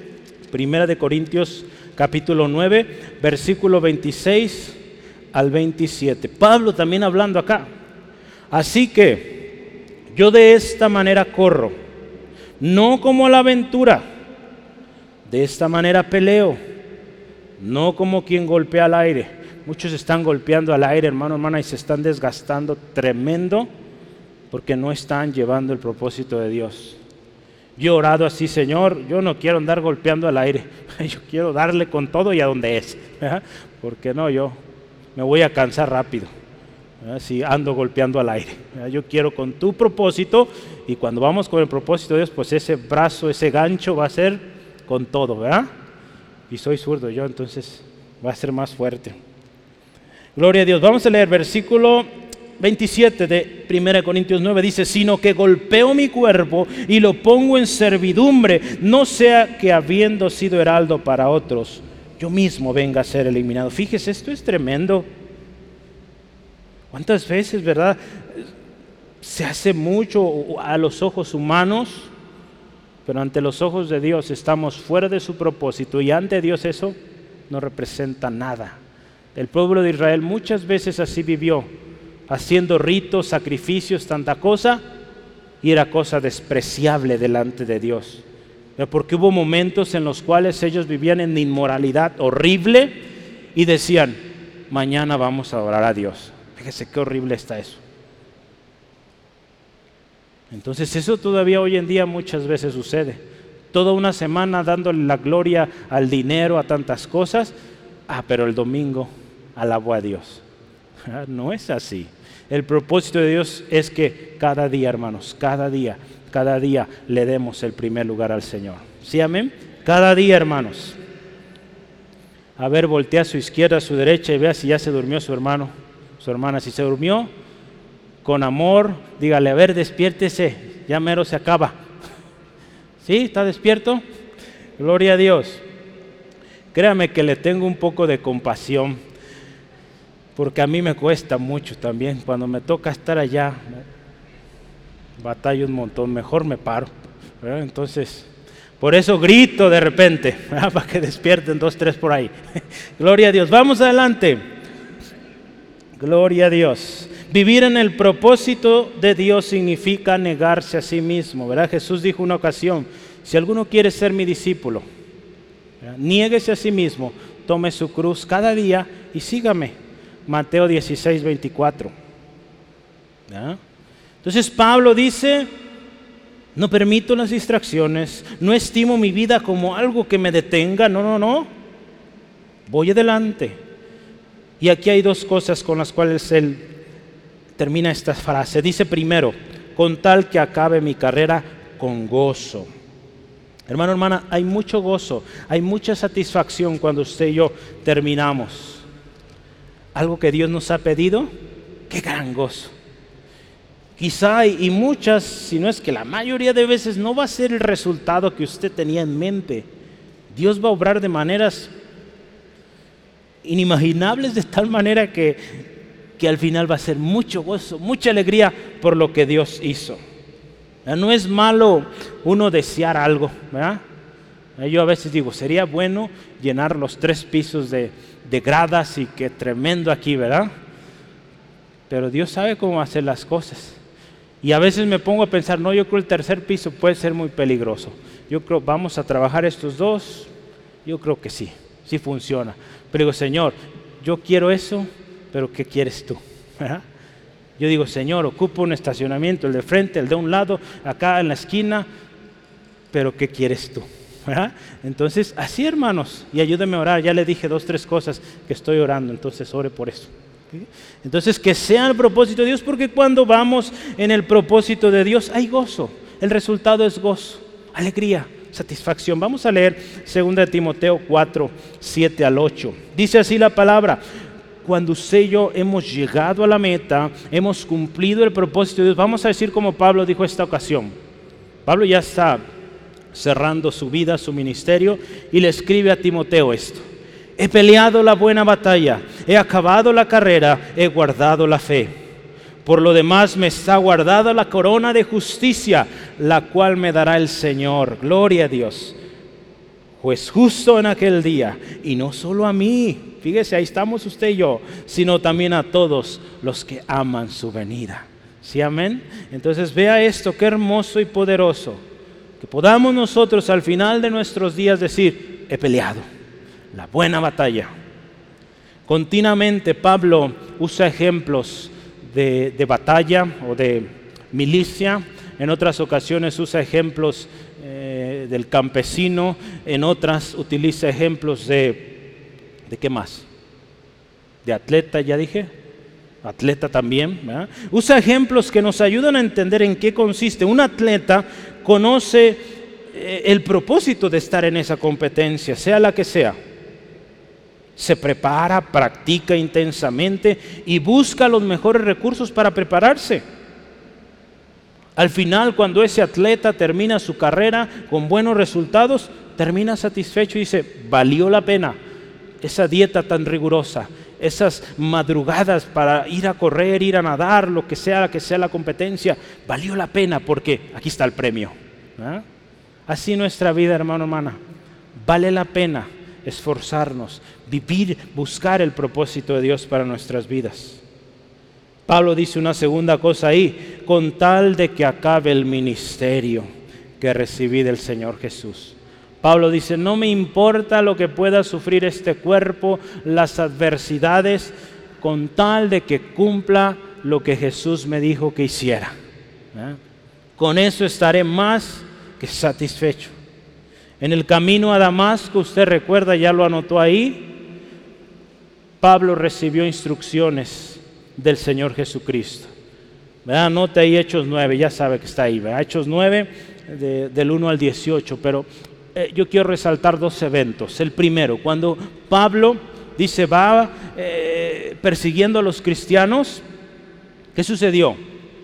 1 Corintios capítulo 9, versículo 26 al 27. Pablo también hablando acá. Así que yo de esta manera corro, no como a la aventura, de esta manera peleo, no como quien golpea al aire, Muchos están golpeando al aire, hermano, hermana, y se están desgastando tremendo porque no están llevando el propósito de Dios. Yo he orado así: Señor, yo no quiero andar golpeando al aire, yo quiero darle con todo y a donde es, ¿verdad? Porque no, yo me voy a cansar rápido, ¿verdad? Si ando golpeando al aire, ¿verdad? Yo quiero con tu propósito, y cuando vamos con el propósito de Dios, pues ese brazo, ese gancho va a ser con todo, ¿verdad? Y soy zurdo yo, entonces va a ser más fuerte. Gloria a Dios. Vamos a leer versículo 27 de 1 Corintios 9, dice: sino que golpeo mi cuerpo y lo pongo en servidumbre, no sea que habiendo sido heraldo para otros, yo mismo venga a ser eliminado. Fíjese, esto es tremendo. ¿Cuántas veces, verdad, se hace mucho a los ojos humanos, pero ante los ojos de Dios estamos fuera de su propósito, y ante Dios eso no representa nada? El pueblo de Israel muchas veces así vivió, haciendo ritos, sacrificios, tanta cosa, y era cosa despreciable delante de Dios. Porque hubo momentos en los cuales ellos vivían en inmoralidad horrible y decían: mañana vamos a orar a Dios. Fíjese qué horrible está eso. Entonces eso todavía hoy en día muchas veces sucede. Toda una semana dándole la gloria al dinero, a tantas cosas, pero el domingo alabo a Dios. No es así. El propósito de Dios es que cada día, hermanos, cada día le demos el primer lugar al Señor. ¿Sí, amén? Cada día, hermanos. A ver, voltea a su izquierda, a su derecha, y vea si ya se durmió su hermano, su hermana. Si se durmió, con amor, dígale: a ver, despiértese, ya mero se acaba. ¿Sí? ¿Está despierto? Gloria a Dios. Créame que le tengo un poco de compasión, porque a mí me cuesta mucho también. Cuando me toca estar allá, batallo un montón, mejor me paro, ¿verdad? Entonces, por eso grito de repente, ¿verdad? Para que despierten 2, 3 por ahí. Gloria a Dios. Vamos adelante. Gloria a Dios. Vivir en el propósito de Dios significa negarse a sí mismo, ¿verdad? Jesús dijo una ocasión: si alguno quiere ser mi discípulo, ¿verdad?, niéguese a sí mismo, tome su cruz cada día y sígame. Mateo 16, 24. ¿Ya? Entonces Pablo dice: no permito las distracciones, no estimo mi vida como algo que me detenga, no. Voy adelante. Y aquí hay 2 cosas con las cuales él termina esta frase. Dice primero: con tal que acabe mi carrera con gozo. Hermano, hermana, hay mucho gozo, hay mucha satisfacción cuando usted y yo terminamos algo que Dios nos ha pedido. ¡Qué gran gozo! Quizá y muchas, si no es que la mayoría de veces, no va a ser el resultado que usted tenía en mente. Dios va a obrar de maneras inimaginables, de tal manera que al final va a ser mucho gozo, mucha alegría por lo que Dios hizo. No es malo uno desear algo, ¿verdad? Yo a veces digo: sería bueno llenar los 3 pisos de gradas, y qué tremendo aquí, ¿verdad? Pero Dios sabe cómo hacer las cosas. Y a veces me pongo a pensar: no, yo creo el 3er piso puede ser muy peligroso. Yo creo, vamos a trabajar estos 2, yo creo que sí funciona. Pero digo: Señor, yo quiero eso, pero ¿qué quieres tú? ¿Verdad? Yo digo: Señor, ocupo un estacionamiento, el de frente, el de un lado, acá en la esquina, pero ¿qué quieres tú? ¿Verdad? Entonces, así, hermanos, y ayúdenme a orar. Ya le dije 2, 3 cosas que estoy orando, entonces ore por eso. ¿Sí? Entonces, que sea el propósito de Dios, porque cuando vamos en el propósito de Dios hay gozo. El resultado es gozo, alegría, satisfacción. Vamos a leer 2 Timoteo 4, 7 al 8. Dice así la palabra: cuando usted y yo hemos llegado a la meta, hemos cumplido el propósito de Dios. Vamos a decir como Pablo dijo esta ocasión. Pablo ya está cerrando su vida, su ministerio, y le escribe a Timoteo esto: he peleado la buena batalla, he acabado la carrera, he guardado la fe. Por lo demás me está guardada la corona de justicia, la cual me dará el Señor, gloria a Dios, juez justo en aquel día, y no solo a mí, fíjese, ahí estamos usted y yo, sino también a todos los que aman su venida. ¿Sí, amén? Entonces vea esto, qué hermoso y poderoso, que podamos nosotros al final de nuestros días decir: he peleado la buena batalla. Continuamente Pablo usa ejemplos de batalla o de milicia. En otras ocasiones usa ejemplos del campesino. En otras utiliza ejemplos ¿de qué más? De atleta, ya dije. Atleta también, ¿verdad? Usa ejemplos que nos ayudan a entender en qué consiste. Un atleta conoce el propósito de estar en esa competencia, sea la que sea. Se prepara, practica intensamente y busca los mejores recursos para prepararse. Al final, cuando ese atleta termina su carrera con buenos resultados, termina satisfecho y dice, valió la pena esa dieta tan rigurosa, esas madrugadas para ir a correr, ir a nadar, lo que sea la competencia, valió la pena porque aquí está el premio. ¿Ah? Así nuestra vida, hermano, hermana, vale la pena esforzarnos, vivir, buscar el propósito de Dios para nuestras vidas. Pablo dice una segunda cosa ahí, con tal de que acabe el ministerio que recibí del Señor Jesús. Pablo dice, no me importa lo que pueda sufrir este cuerpo, las adversidades, con tal de que cumpla lo que Jesús me dijo que hiciera. Con eso estaré más que satisfecho. En el camino a Damasco, usted recuerda, ya lo anotó ahí, Pablo recibió instrucciones del Señor Jesucristo. ¿Verdad? Anote ahí Hechos 9, ya sabe que está ahí, ¿verdad? Hechos 9, del 1 al 18, pero yo quiero resaltar dos eventos. El primero, cuando Pablo dice va persiguiendo a los cristianos, ¿qué sucedió?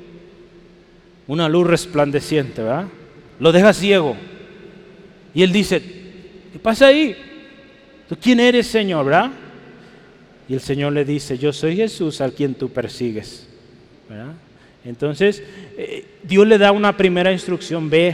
Una luz resplandeciente, ¿verdad? Lo deja ciego. Y él dice, ¿qué pasa ahí? ¿Tú quién eres, Señor, verdad? Y el Señor le dice, yo soy Jesús al quien tú persigues, ¿verdad? Entonces, Dios le da una primera instrucción, ve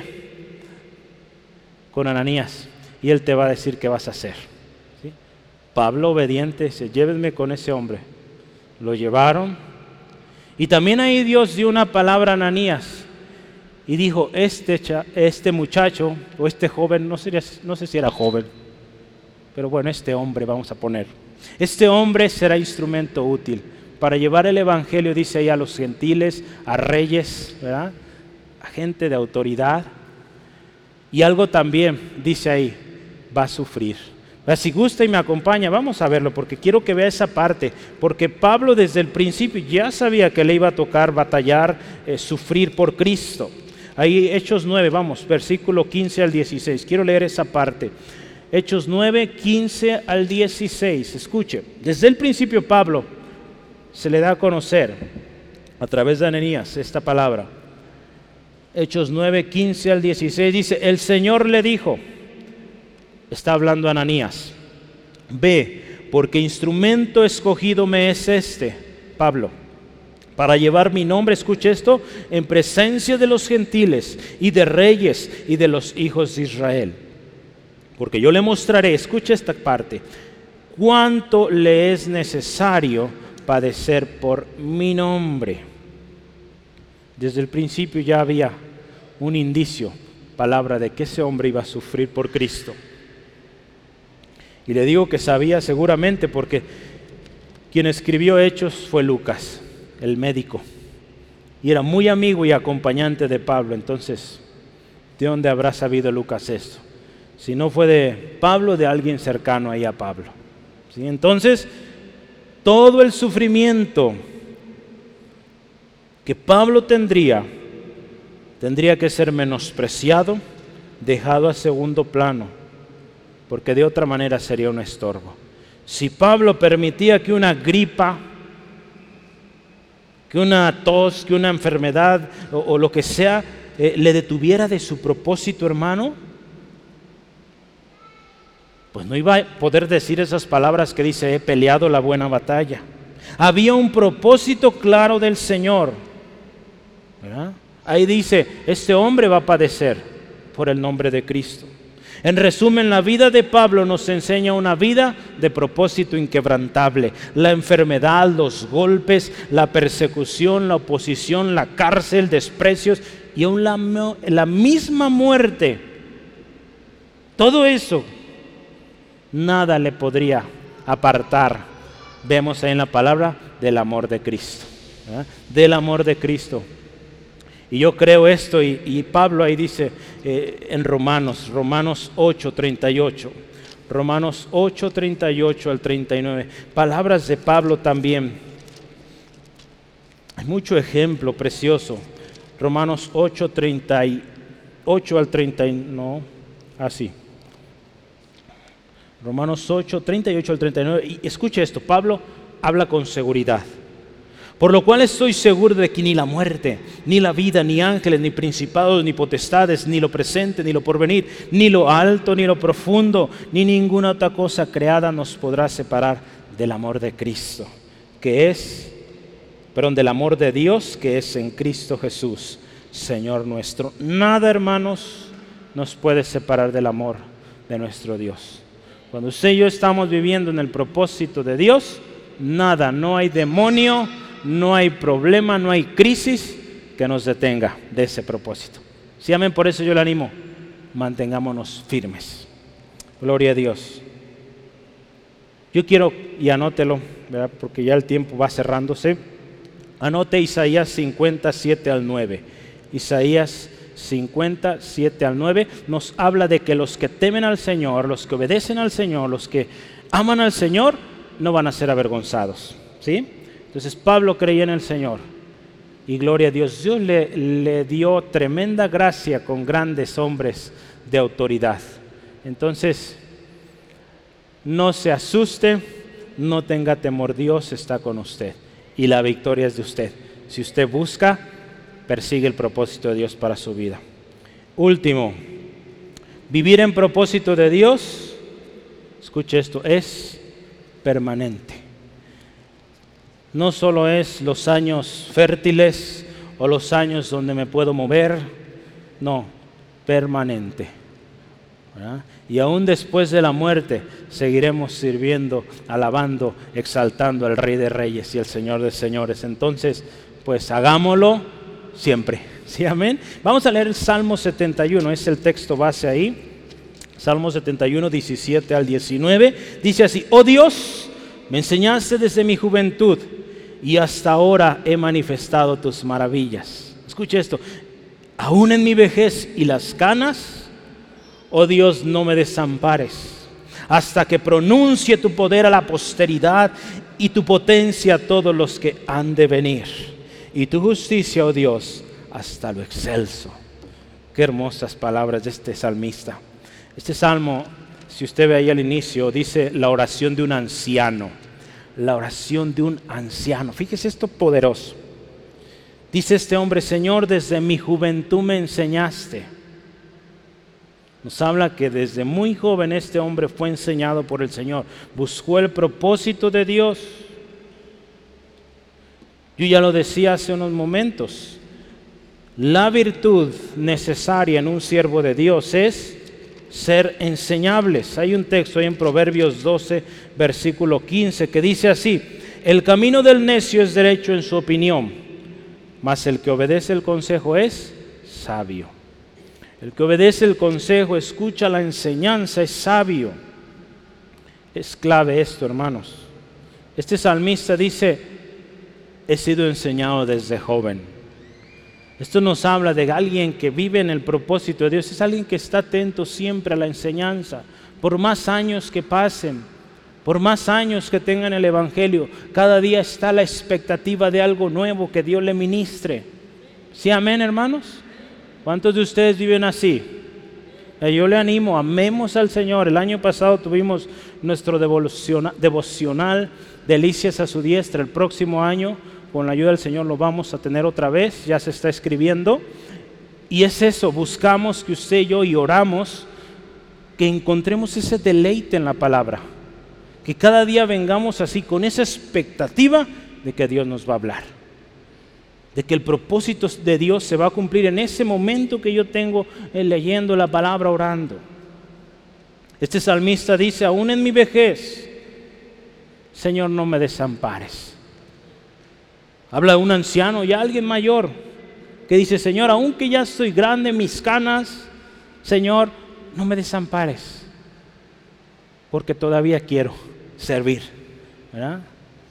con Ananías y él te va a decir qué vas a hacer. ¿Sí? Pablo, obediente, dice, llévenme con ese hombre. Lo llevaron. Y también ahí Dios dio una palabra a Ananías y dijo, este muchacho o este joven, no sé si era joven, pero bueno, este hombre vamos a poner. Este hombre será instrumento útil para llevar el evangelio, dice ahí, a los gentiles, a reyes, ¿verdad? A gente de autoridad. Y algo también, dice ahí, va a sufrir. Si gusta y me acompaña, vamos a verlo, porque quiero que vea esa parte, porque Pablo desde el principio ya sabía que le iba a tocar batallar, sufrir por Cristo. Ahí Hechos 9, vamos, versículo 15 al 16, quiero leer esa parte. Hechos 9, 15 al 16, escuche, desde el principio Pablo se le da a conocer a través de Ananías esta palabra. Hechos 9, 15 al 16 dice, el Señor le dijo, está hablando Ananías, ve, porque instrumento escogido me es este, Pablo, para llevar mi nombre, escuche esto, en presencia de los gentiles y de reyes y de los hijos de Israel. Porque yo le mostraré, escuche esta parte, cuánto le es necesario padecer por mi nombre. Desde el principio ya había un indicio, palabra de que ese hombre iba a sufrir por Cristo. Y le digo que sabía seguramente porque quien escribió Hechos fue Lucas, el médico. Y era muy amigo y acompañante de Pablo. Entonces, ¿de dónde habrá sabido Lucas esto? Si no fue de Pablo, de alguien cercano ahí a Pablo. ¿Sí? Entonces, todo el sufrimiento que Pablo tendría que ser menospreciado, dejado a segundo plano, porque de otra manera sería un estorbo. Si Pablo permitía que una gripa, que una tos, que una enfermedad o lo que sea le detuviera de su propósito, hermano, pues no iba a poder decir esas palabras que dice, he peleado la buena batalla. Había un propósito claro del Señor, ¿verdad? Ahí dice, este hombre va a padecer por el nombre de Cristo. En resumen, la vida de Pablo nos enseña una vida de propósito inquebrantable. La enfermedad, los golpes, la persecución, la oposición, la cárcel, desprecios y aún la misma muerte. Todo eso, nada le podría apartar vemos ahí en la palabra del amor de Cristo, ¿verdad? Del amor de Cristo. Y yo creo esto, y Pablo ahí dice en Romanos 8:38, Romanos 8:38 al 39, palabras de Pablo también. Hay mucho ejemplo precioso. Romanos 8:38 al 30, no, así. Romanos 8:38 al 39, y escuche esto, Pablo habla con seguridad. Por lo cual estoy seguro de que ni la muerte, ni la vida, ni ángeles, ni principados, ni potestades, ni lo presente, ni lo porvenir, ni lo alto, ni lo profundo, ni ninguna otra cosa creada nos podrá separar del amor de Cristo, del amor de Dios que es en Cristo Jesús, Señor nuestro. Nada, hermanos, nos puede separar del amor de nuestro Dios. Cuando usted y yo estamos viviendo en el propósito de Dios, nada, no hay demonio, no hay problema, no hay crisis que nos detenga de ese propósito. Sí, amén, por eso yo le animo, mantengámonos firmes. Gloria a Dios. Yo quiero, y anótelo, ¿verdad? Porque ya el tiempo va cerrándose. Anote Isaías 57 al 9. Isaías 57 al 9 nos habla de que los que temen al Señor, los que obedecen al Señor, los que aman al Señor, no van a ser avergonzados, ¿sí? Entonces Pablo creía en el Señor y gloria a Dios. Dios le dio tremenda gracia con grandes hombres de autoridad. Entonces, no se asuste, no tenga temor, Dios está con usted y la victoria es de usted. Si usted busca, persigue el propósito de Dios para su vida. Último, vivir en propósito de Dios, escuche esto, es permanente. No solo es los años fértiles o los años donde me puedo mover, no, permanente, ¿verdad? Y aún después de la muerte seguiremos sirviendo, alabando, exaltando al Rey de Reyes y al Señor de Señores. Entonces, pues hagámoslo siempre, ¿sí? Amén. Vamos a leer el Salmo 71, es el texto base ahí. Salmo 71, 17 al 19. Dice así: oh Dios, me enseñaste desde mi juventud y hasta ahora he manifestado tus maravillas. Escuche esto: aún en mi vejez y las canas, oh Dios, no me desampares, hasta que pronuncie tu poder a la posteridad y tu potencia a todos los que han de venir, y tu justicia, oh Dios, hasta lo excelso. Qué hermosas palabras de este salmista. Este salmo, si usted ve ahí al inicio, dice la oración de un anciano. La oración de un anciano. Fíjese esto poderoso. Dice este hombre: Señor, desde mi juventud me enseñaste. Nos habla que desde muy joven este hombre fue enseñado por el Señor. Buscó el propósito de Dios. Yo ya lo decía hace unos momentos. La virtud necesaria en un siervo de Dios es ser enseñables. Hay un texto ahí en Proverbios 12, versículo 15, que dice así: el camino del necio es derecho en su opinión, mas el que obedece el consejo es sabio. El que obedece el consejo, escucha la enseñanza, es sabio. Es clave esto, hermanos. Este salmista dice: he sido enseñado desde joven. Esto nos habla de alguien que vive en el propósito de Dios. Es alguien que está atento siempre a la enseñanza. Por más años que pasen, por más años que tengan el Evangelio, cada día está la expectativa de algo nuevo que Dios le ministre. ¿Sí, amén, hermanos? ¿Cuántos de ustedes viven así? Yo le animo, amemos al Señor. El año pasado tuvimos nuestro devocional Delicias a su diestra. El próximo año, con la ayuda del Señor, lo vamos a tener otra vez, ya se está escribiendo. Y es eso, buscamos que usted y yo, y oramos, que encontremos ese deleite en la palabra. Que cada día vengamos así, con esa expectativa de que Dios nos va a hablar. De que el propósito de Dios se va a cumplir en ese momento que yo tengo leyendo la palabra, orando. Este salmista dice: aún en mi vejez, Señor, no me desampares. Habla de un anciano y alguien mayor que dice: Señor, aunque ya estoy grande, mis canas, Señor, no me desampares, porque todavía quiero servir, ¿verdad?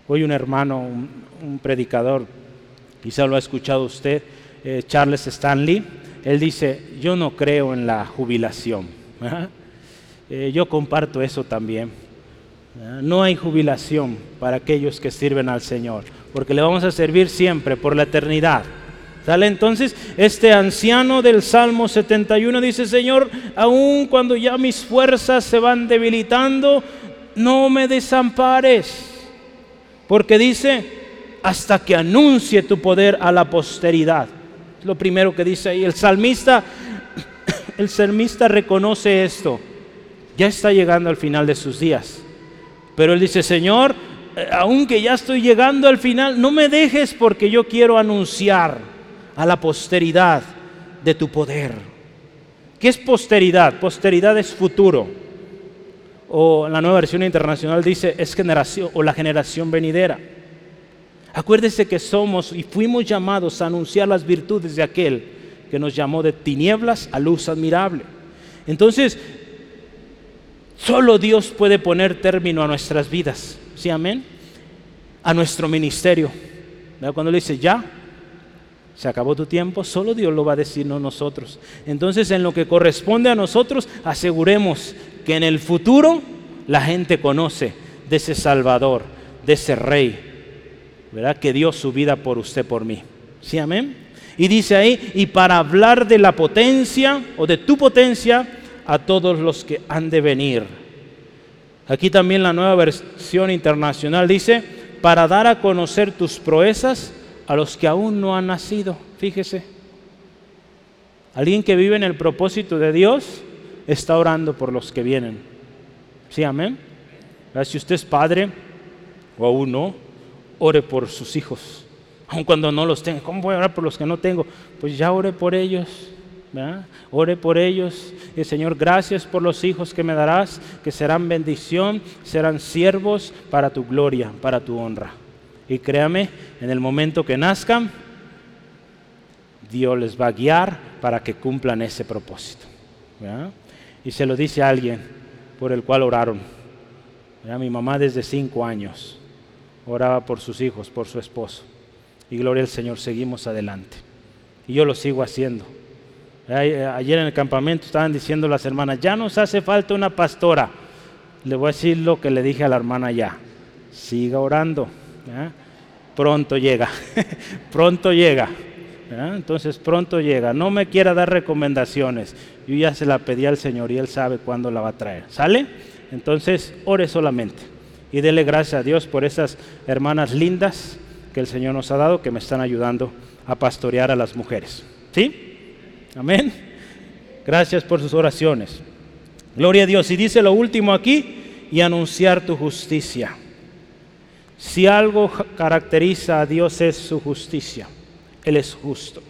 Hoy un hermano, un predicador, quizá lo ha escuchado usted, Charles Stanley, él dice, yo no creo en la jubilación. Yo comparto eso también. No hay jubilación para aquellos que sirven al Señor, porque le vamos a servir siempre por la eternidad. ¿Sale? Entonces, este anciano del Salmo 71 dice, Señor, aun cuando ya mis fuerzas se van debilitando, no me desampares. Porque dice, hasta que anuncie tu poder a la posteridad. Es lo primero que dice ahí. El salmista reconoce esto. Ya está llegando al final de sus días. Pero él dice, Señor, aunque ya estoy llegando al final, no me dejes porque yo quiero anunciar a la posteridad de tu poder. ¿Qué es posteridad? Posteridad es futuro. O la Nueva Versión Internacional dice es generación o la generación venidera. Acuérdese que somos y fuimos llamados a anunciar las virtudes de aquel que nos llamó de tinieblas a luz admirable. Entonces, solo Dios puede poner término a nuestras vidas. ¿Sí, amén? A nuestro ministerio. ¿Verdad? Cuando le dice ya, se acabó tu tiempo, solo Dios lo va a decir, no nosotros. Entonces, en lo que corresponde a nosotros, aseguremos que en el futuro la gente conoce de ese Salvador, de ese Rey, ¿verdad? Que dio su vida por usted, por mí. ¿Sí, amén? Y dice ahí, y para hablar de la potencia o de tu potencia a todos los que han de venir. Aquí también la Nueva Versión Internacional dice, para dar a conocer tus proezas a los que aún no han nacido. Fíjese, alguien que vive en el propósito de Dios está orando por los que vienen. ¿Sí, amén? Si usted es padre o aún no, ore por sus hijos, aun cuando no los tenga. ¿Cómo voy a orar por los que no tengo? Pues ya ore por ellos, ¿verdad? Ore por ellos. Y Señor, gracias por los hijos que me darás, que serán bendición, serán siervos para tu gloria, para tu honra. Y créame, en el momento que nazcan, Dios les va a guiar para que cumplan ese propósito, ¿verdad? Y se lo dice a alguien por el cual oraron, ¿verdad? Mi mamá desde 5 años oraba por sus hijos, por su esposo. Y gloria al Señor, seguimos adelante. Y yo lo sigo haciendo. Ayer en el campamento estaban diciendo las hermanas, ya nos hace falta una pastora. Le voy a decir lo que le dije a la hermana ya. Siga orando. ¿verdad? Pronto llega, pronto llega. ¿verdad? Entonces pronto llega. No me quiera dar recomendaciones. Yo ya se la pedí al Señor y Él sabe cuándo la va a traer. ¿Sale? Entonces ore solamente y dele gracias a Dios por esas hermanas lindas que el Señor nos ha dado, que me están ayudando a pastorear a las mujeres. ¿Sí? Amén. Gracias por sus oraciones. Gloria a Dios. Y dice lo último aquí, y anunciar tu justicia. Si algo caracteriza a Dios es su justicia. Él es justo.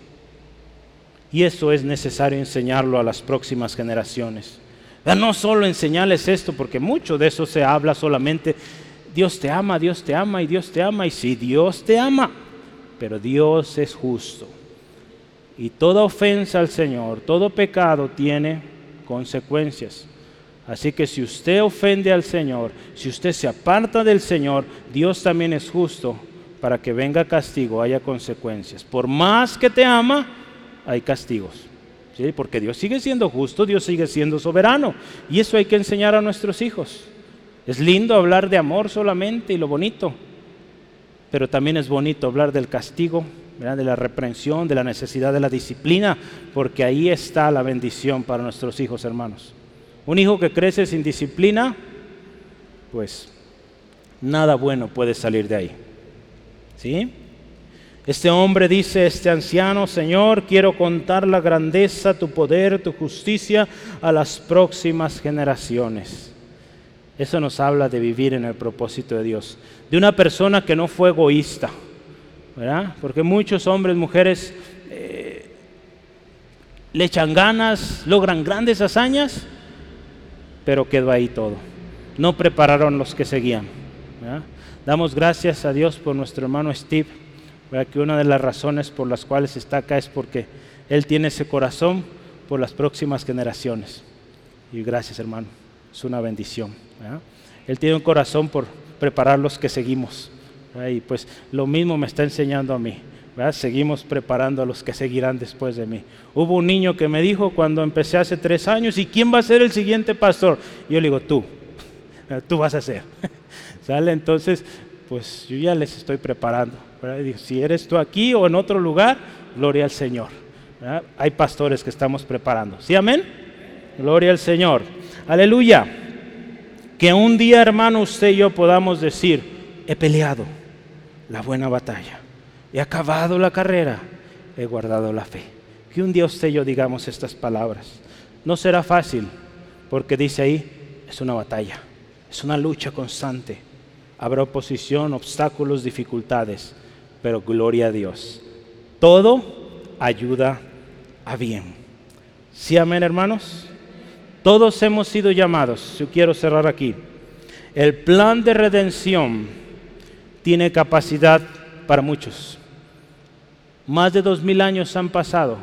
Y eso es necesario enseñarlo a las próximas generaciones. No solo enseñarles esto, porque mucho de eso se habla solamente. Dios te ama y Dios te ama. Y sí, Dios te ama, pero Dios es justo. Y toda ofensa al Señor, todo pecado tiene consecuencias. Así que si usted ofende al Señor, si usted se aparta del Señor, Dios también es justo para que venga castigo, haya consecuencias. Por más que te ama, hay castigos. ¿Sí? Porque Dios sigue siendo justo, Dios sigue siendo soberano. Y eso hay que enseñar a nuestros hijos. Es lindo hablar de amor solamente y lo bonito, pero también es bonito hablar del castigo, ¿verdad? De la reprensión, de la necesidad de la disciplina, porque ahí está la bendición para nuestros hijos, hermanos. Un hijo que crece sin disciplina, pues nada bueno puede salir de ahí. ¿Sí? Este hombre dice, este anciano, Señor, quiero contar la grandeza, tu poder, tu justicia a las próximas generaciones. Eso nos habla de vivir en el propósito de Dios. De una persona que no fue egoísta, ¿verdad? Porque muchos hombres, mujeres, le echan ganas, logran grandes hazañas, pero quedó ahí todo. No prepararon los que seguían, ¿verdad? Damos gracias a Dios por nuestro hermano Steve, ¿verdad? Que una de las razones por las cuales está acá es porque él tiene ese corazón por las próximas generaciones. Y gracias, hermano, es una bendición, ¿verdad? Él tiene un corazón por preparar los que seguimos, Y pues lo mismo me está enseñando a mí, ¿verdad? Seguimos preparando a los que seguirán después de mí. Hubo un niño que me dijo cuando empecé hace 3 años, ¿y quién va a ser el siguiente pastor? Y yo le digo, tú vas a ser. ¿Sale? Entonces, pues yo ya les estoy preparando, ¿verdad? Y digo, si eres tú aquí o en otro lugar, gloria al Señor, ¿verdad? Hay pastores que estamos preparando. ¿Sí, amén? Gloria al Señor. Aleluya. Que un día, hermano, usted y yo podamos decir, he peleado la buena batalla, he acabado la carrera, he guardado la fe. Que un día usted y yo digamos estas palabras. No será fácil, porque dice ahí, es una batalla, es una lucha constante. Habrá oposición, obstáculos, dificultades, pero gloria a Dios. Todo ayuda a bien. ¿Sí, amén, hermanos? Todos hemos sido llamados. Yo quiero cerrar aquí. El plan de redención tiene capacidad para muchos. Más de 2000 años han pasado.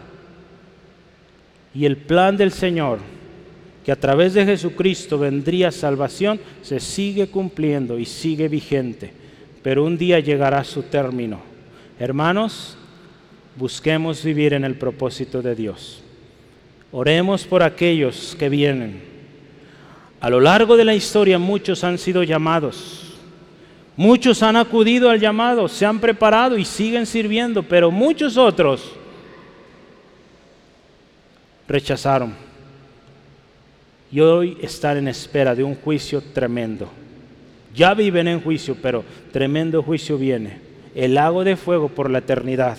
Y el plan del Señor, que a través de Jesucristo vendría salvación, se sigue cumpliendo y sigue vigente. Pero un día llegará su término. Hermanos, busquemos vivir en el propósito de Dios. Oremos por aquellos que vienen. A lo largo de la historia muchos han sido llamados. Muchos han acudido al llamado, se han preparado y siguen sirviendo, pero muchos otros rechazaron. Y hoy están en espera de un juicio tremendo. Ya viven en juicio, pero tremendo juicio viene. El lago de fuego por la eternidad.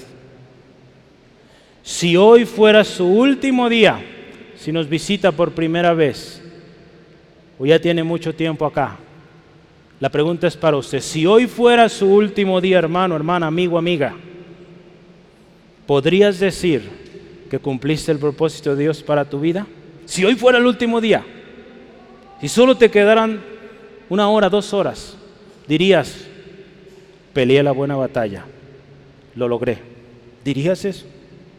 Si hoy fuera su último día, si nos visita por primera vez, o ya tiene mucho tiempo acá, la pregunta es para usted. Si hoy fuera su último día, hermano, hermana, amigo, amiga, ¿podrías decir que cumpliste el propósito de Dios para tu vida? Si hoy fuera el último día, si solo te quedaran 1 hora, 2 horas, dirías, peleé la buena batalla, lo logré. ¿Dirías eso?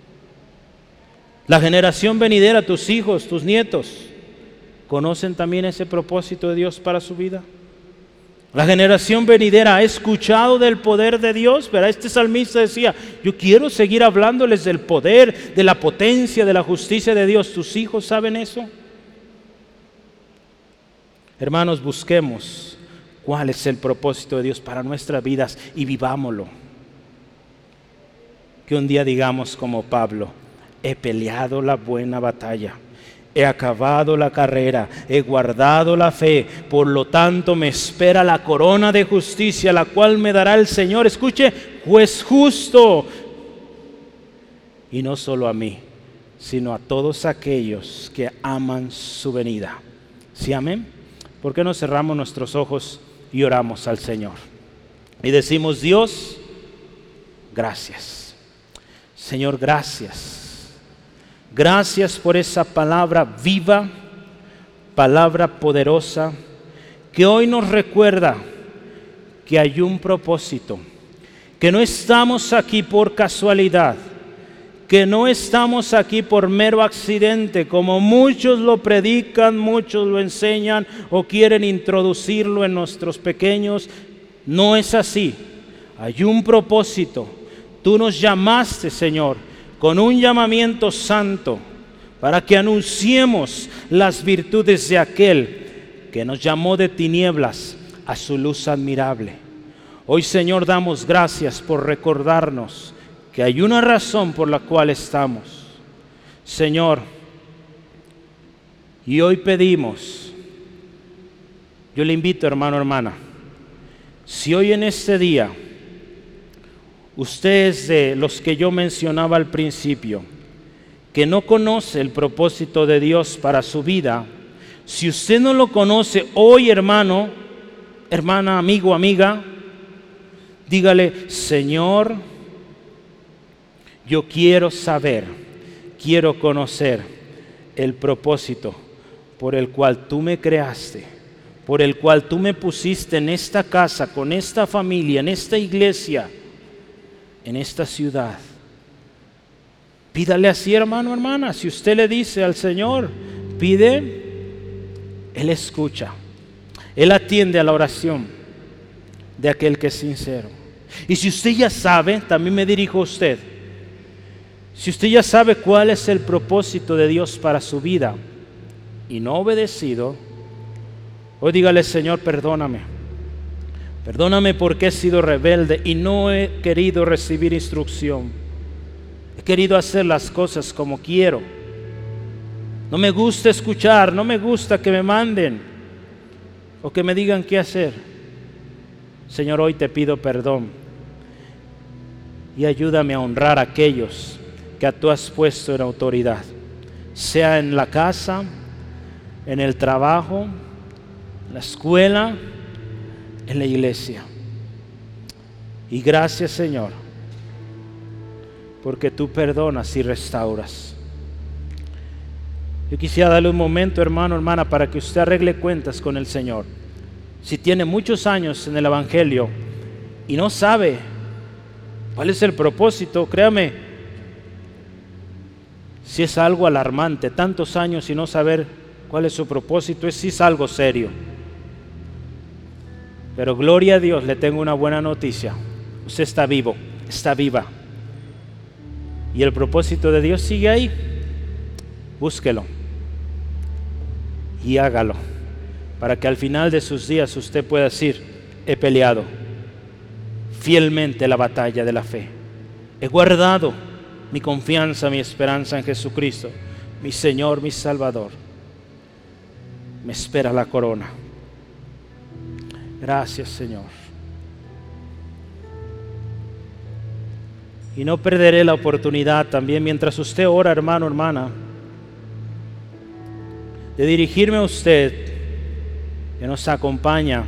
La generación venidera, tus hijos, tus nietos, ¿conocen también ese propósito de Dios para su vida? La generación venidera ha escuchado del poder de Dios, pero este salmista decía, yo quiero seguir hablándoles del poder, de la potencia, de la justicia de Dios. ¿Tus hijos saben eso? Hermanos, busquemos cuál es el propósito de Dios para nuestras vidas y vivámoslo. Que un día digamos como Pablo, he peleado la buena batalla, he acabado la carrera, he guardado la fe, por lo tanto me espera la corona de justicia, la cual me dará el Señor, escuche, juez justo, y no solo a mí, sino a todos aquellos que aman su venida. ¿Sí, amén? ¿Por qué no cerramos nuestros ojos y oramos al Señor? Y decimos, Dios, gracias. Señor, gracias. Gracias por esa palabra viva, palabra poderosa, que hoy nos recuerda que hay un propósito, que no estamos aquí por casualidad, que no estamos aquí por mero accidente, como muchos lo predican, muchos lo enseñan o quieren introducirlo en nuestros pequeños. No es así. Hay un propósito. Tú nos llamaste, Señor, con un llamamiento santo para que anunciemos las virtudes de aquel que nos llamó de tinieblas a su luz admirable. Hoy, Señor, damos gracias por recordarnos que hay una razón por la cual estamos, Señor, y hoy pedimos, yo le invito, hermano, hermana, si hoy en este día usted es de los que yo mencionaba al principio, que no conoce el propósito de Dios para su vida, si usted no lo conoce hoy, hermano, hermana, amigo, amiga, dígale, Señor, yo quiero saber, quiero conocer el propósito por el cual tú me creaste, por el cual tú me pusiste en esta casa, con esta familia, en esta iglesia, en esta ciudad. Pídale así, hermano, hermana. Si usted le dice al Señor, pide, Él escucha. Él atiende a la oración de aquel que es sincero. Y si usted ya sabe, también me dirijo a usted, si usted ya sabe cuál es el propósito de Dios para su vida y no ha obedecido, hoy dígale: Señor, perdóname. Perdóname porque he sido rebelde y no he querido recibir instrucción. He querido hacer las cosas como quiero. No me gusta escuchar, no me gusta que me manden o que me digan qué hacer. Señor, hoy te pido perdón y ayúdame a honrar a aquellos que tú has puesto en autoridad, sea en la casa, en el trabajo, en la escuela, en la iglesia. Y gracias, Señor, porque tú perdonas y restauras. Yo quisiera darle un momento, hermano, hermana, para que usted arregle cuentas con el Señor. Si tiene muchos años en el Evangelio y no sabe cuál es el propósito, créame, si es algo alarmante, tantos años y no saber cuál es su propósito, sí es algo serio. Pero gloria a Dios, le tengo una buena noticia. Usted está vivo, está viva. Y el propósito de Dios sigue ahí. Búsquelo y hágalo, para que al final de sus días usted pueda decir: he peleado fielmente la batalla de la fe. He guardado mi confianza, mi esperanza en Jesucristo, mi Señor, mi Salvador. Me espera la corona. Gracias, Señor. Y no perderé la oportunidad también, mientras usted ora, hermano, hermana, de dirigirme a usted que nos acompaña.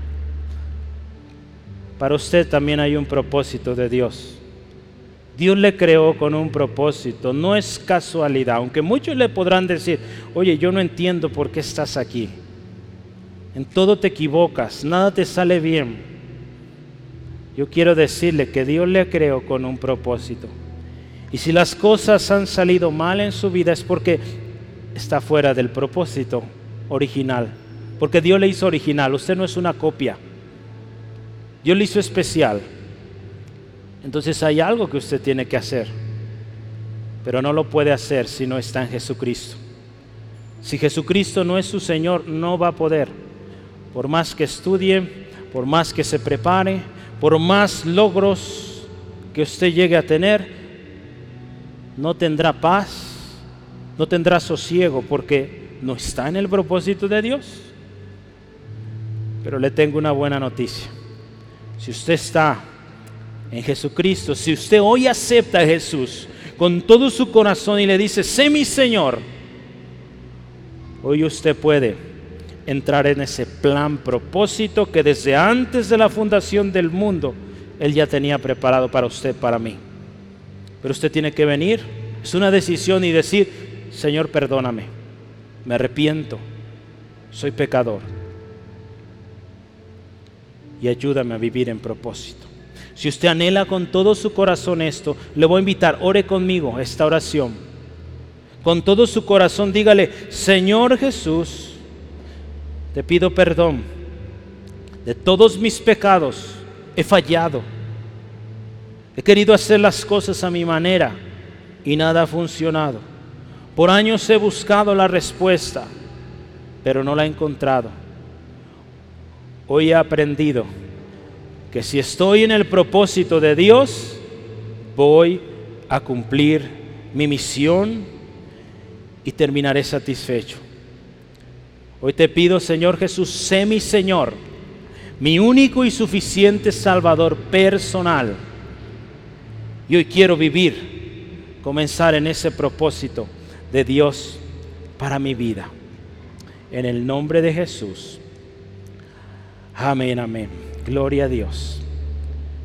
Para usted también hay un propósito de Dios. Dios le creó con un propósito, no es casualidad, aunque muchos le podrán decir: oye, yo no entiendo por qué estás aquí. En todo te equivocas, nada te sale bien. Yo quiero decirle que Dios le creó con un propósito. Y si las cosas han salido mal en su vida es porque está fuera del propósito original. Porque Dios le hizo original, usted no es una copia. Dios le hizo especial. Entonces hay algo que usted tiene que hacer, pero no lo puede hacer si no está en Jesucristo. Si Jesucristo no es su Señor, no va a poder. Por más que estudie, por más que se prepare, por más logros que usted llegue a tener, no tendrá paz, no tendrá sosiego, porque no está en el propósito de Dios. Pero le tengo una buena noticia. Si usted está en Jesucristo, si usted hoy acepta a Jesús con todo su corazón y le dice: sé mi Señor, hoy usted puede entrar en ese plan, propósito que desde antes de la fundación del mundo Él ya tenía preparado para usted, para mí. Pero usted tiene que venir, es una decisión, y decir: Señor, perdóname, me arrepiento, soy pecador, y ayúdame a vivir en propósito. Si usted anhela con todo su corazón esto, le voy a invitar, ore conmigo esta oración. Con todo su corazón dígale: Señor Jesús, te pido perdón de todos mis pecados. He fallado. He querido hacer las cosas a mi manera y nada ha funcionado. Por años he buscado la respuesta, pero no la he encontrado. Hoy he aprendido que si estoy en el propósito de Dios, voy a cumplir mi misión y terminaré satisfecho. Hoy te pido, Señor Jesús, sé mi Señor, mi único y suficiente Salvador personal. Y hoy quiero vivir, comenzar en ese propósito de Dios para mi vida. En el nombre de Jesús. Amén, amén. Gloria a Dios.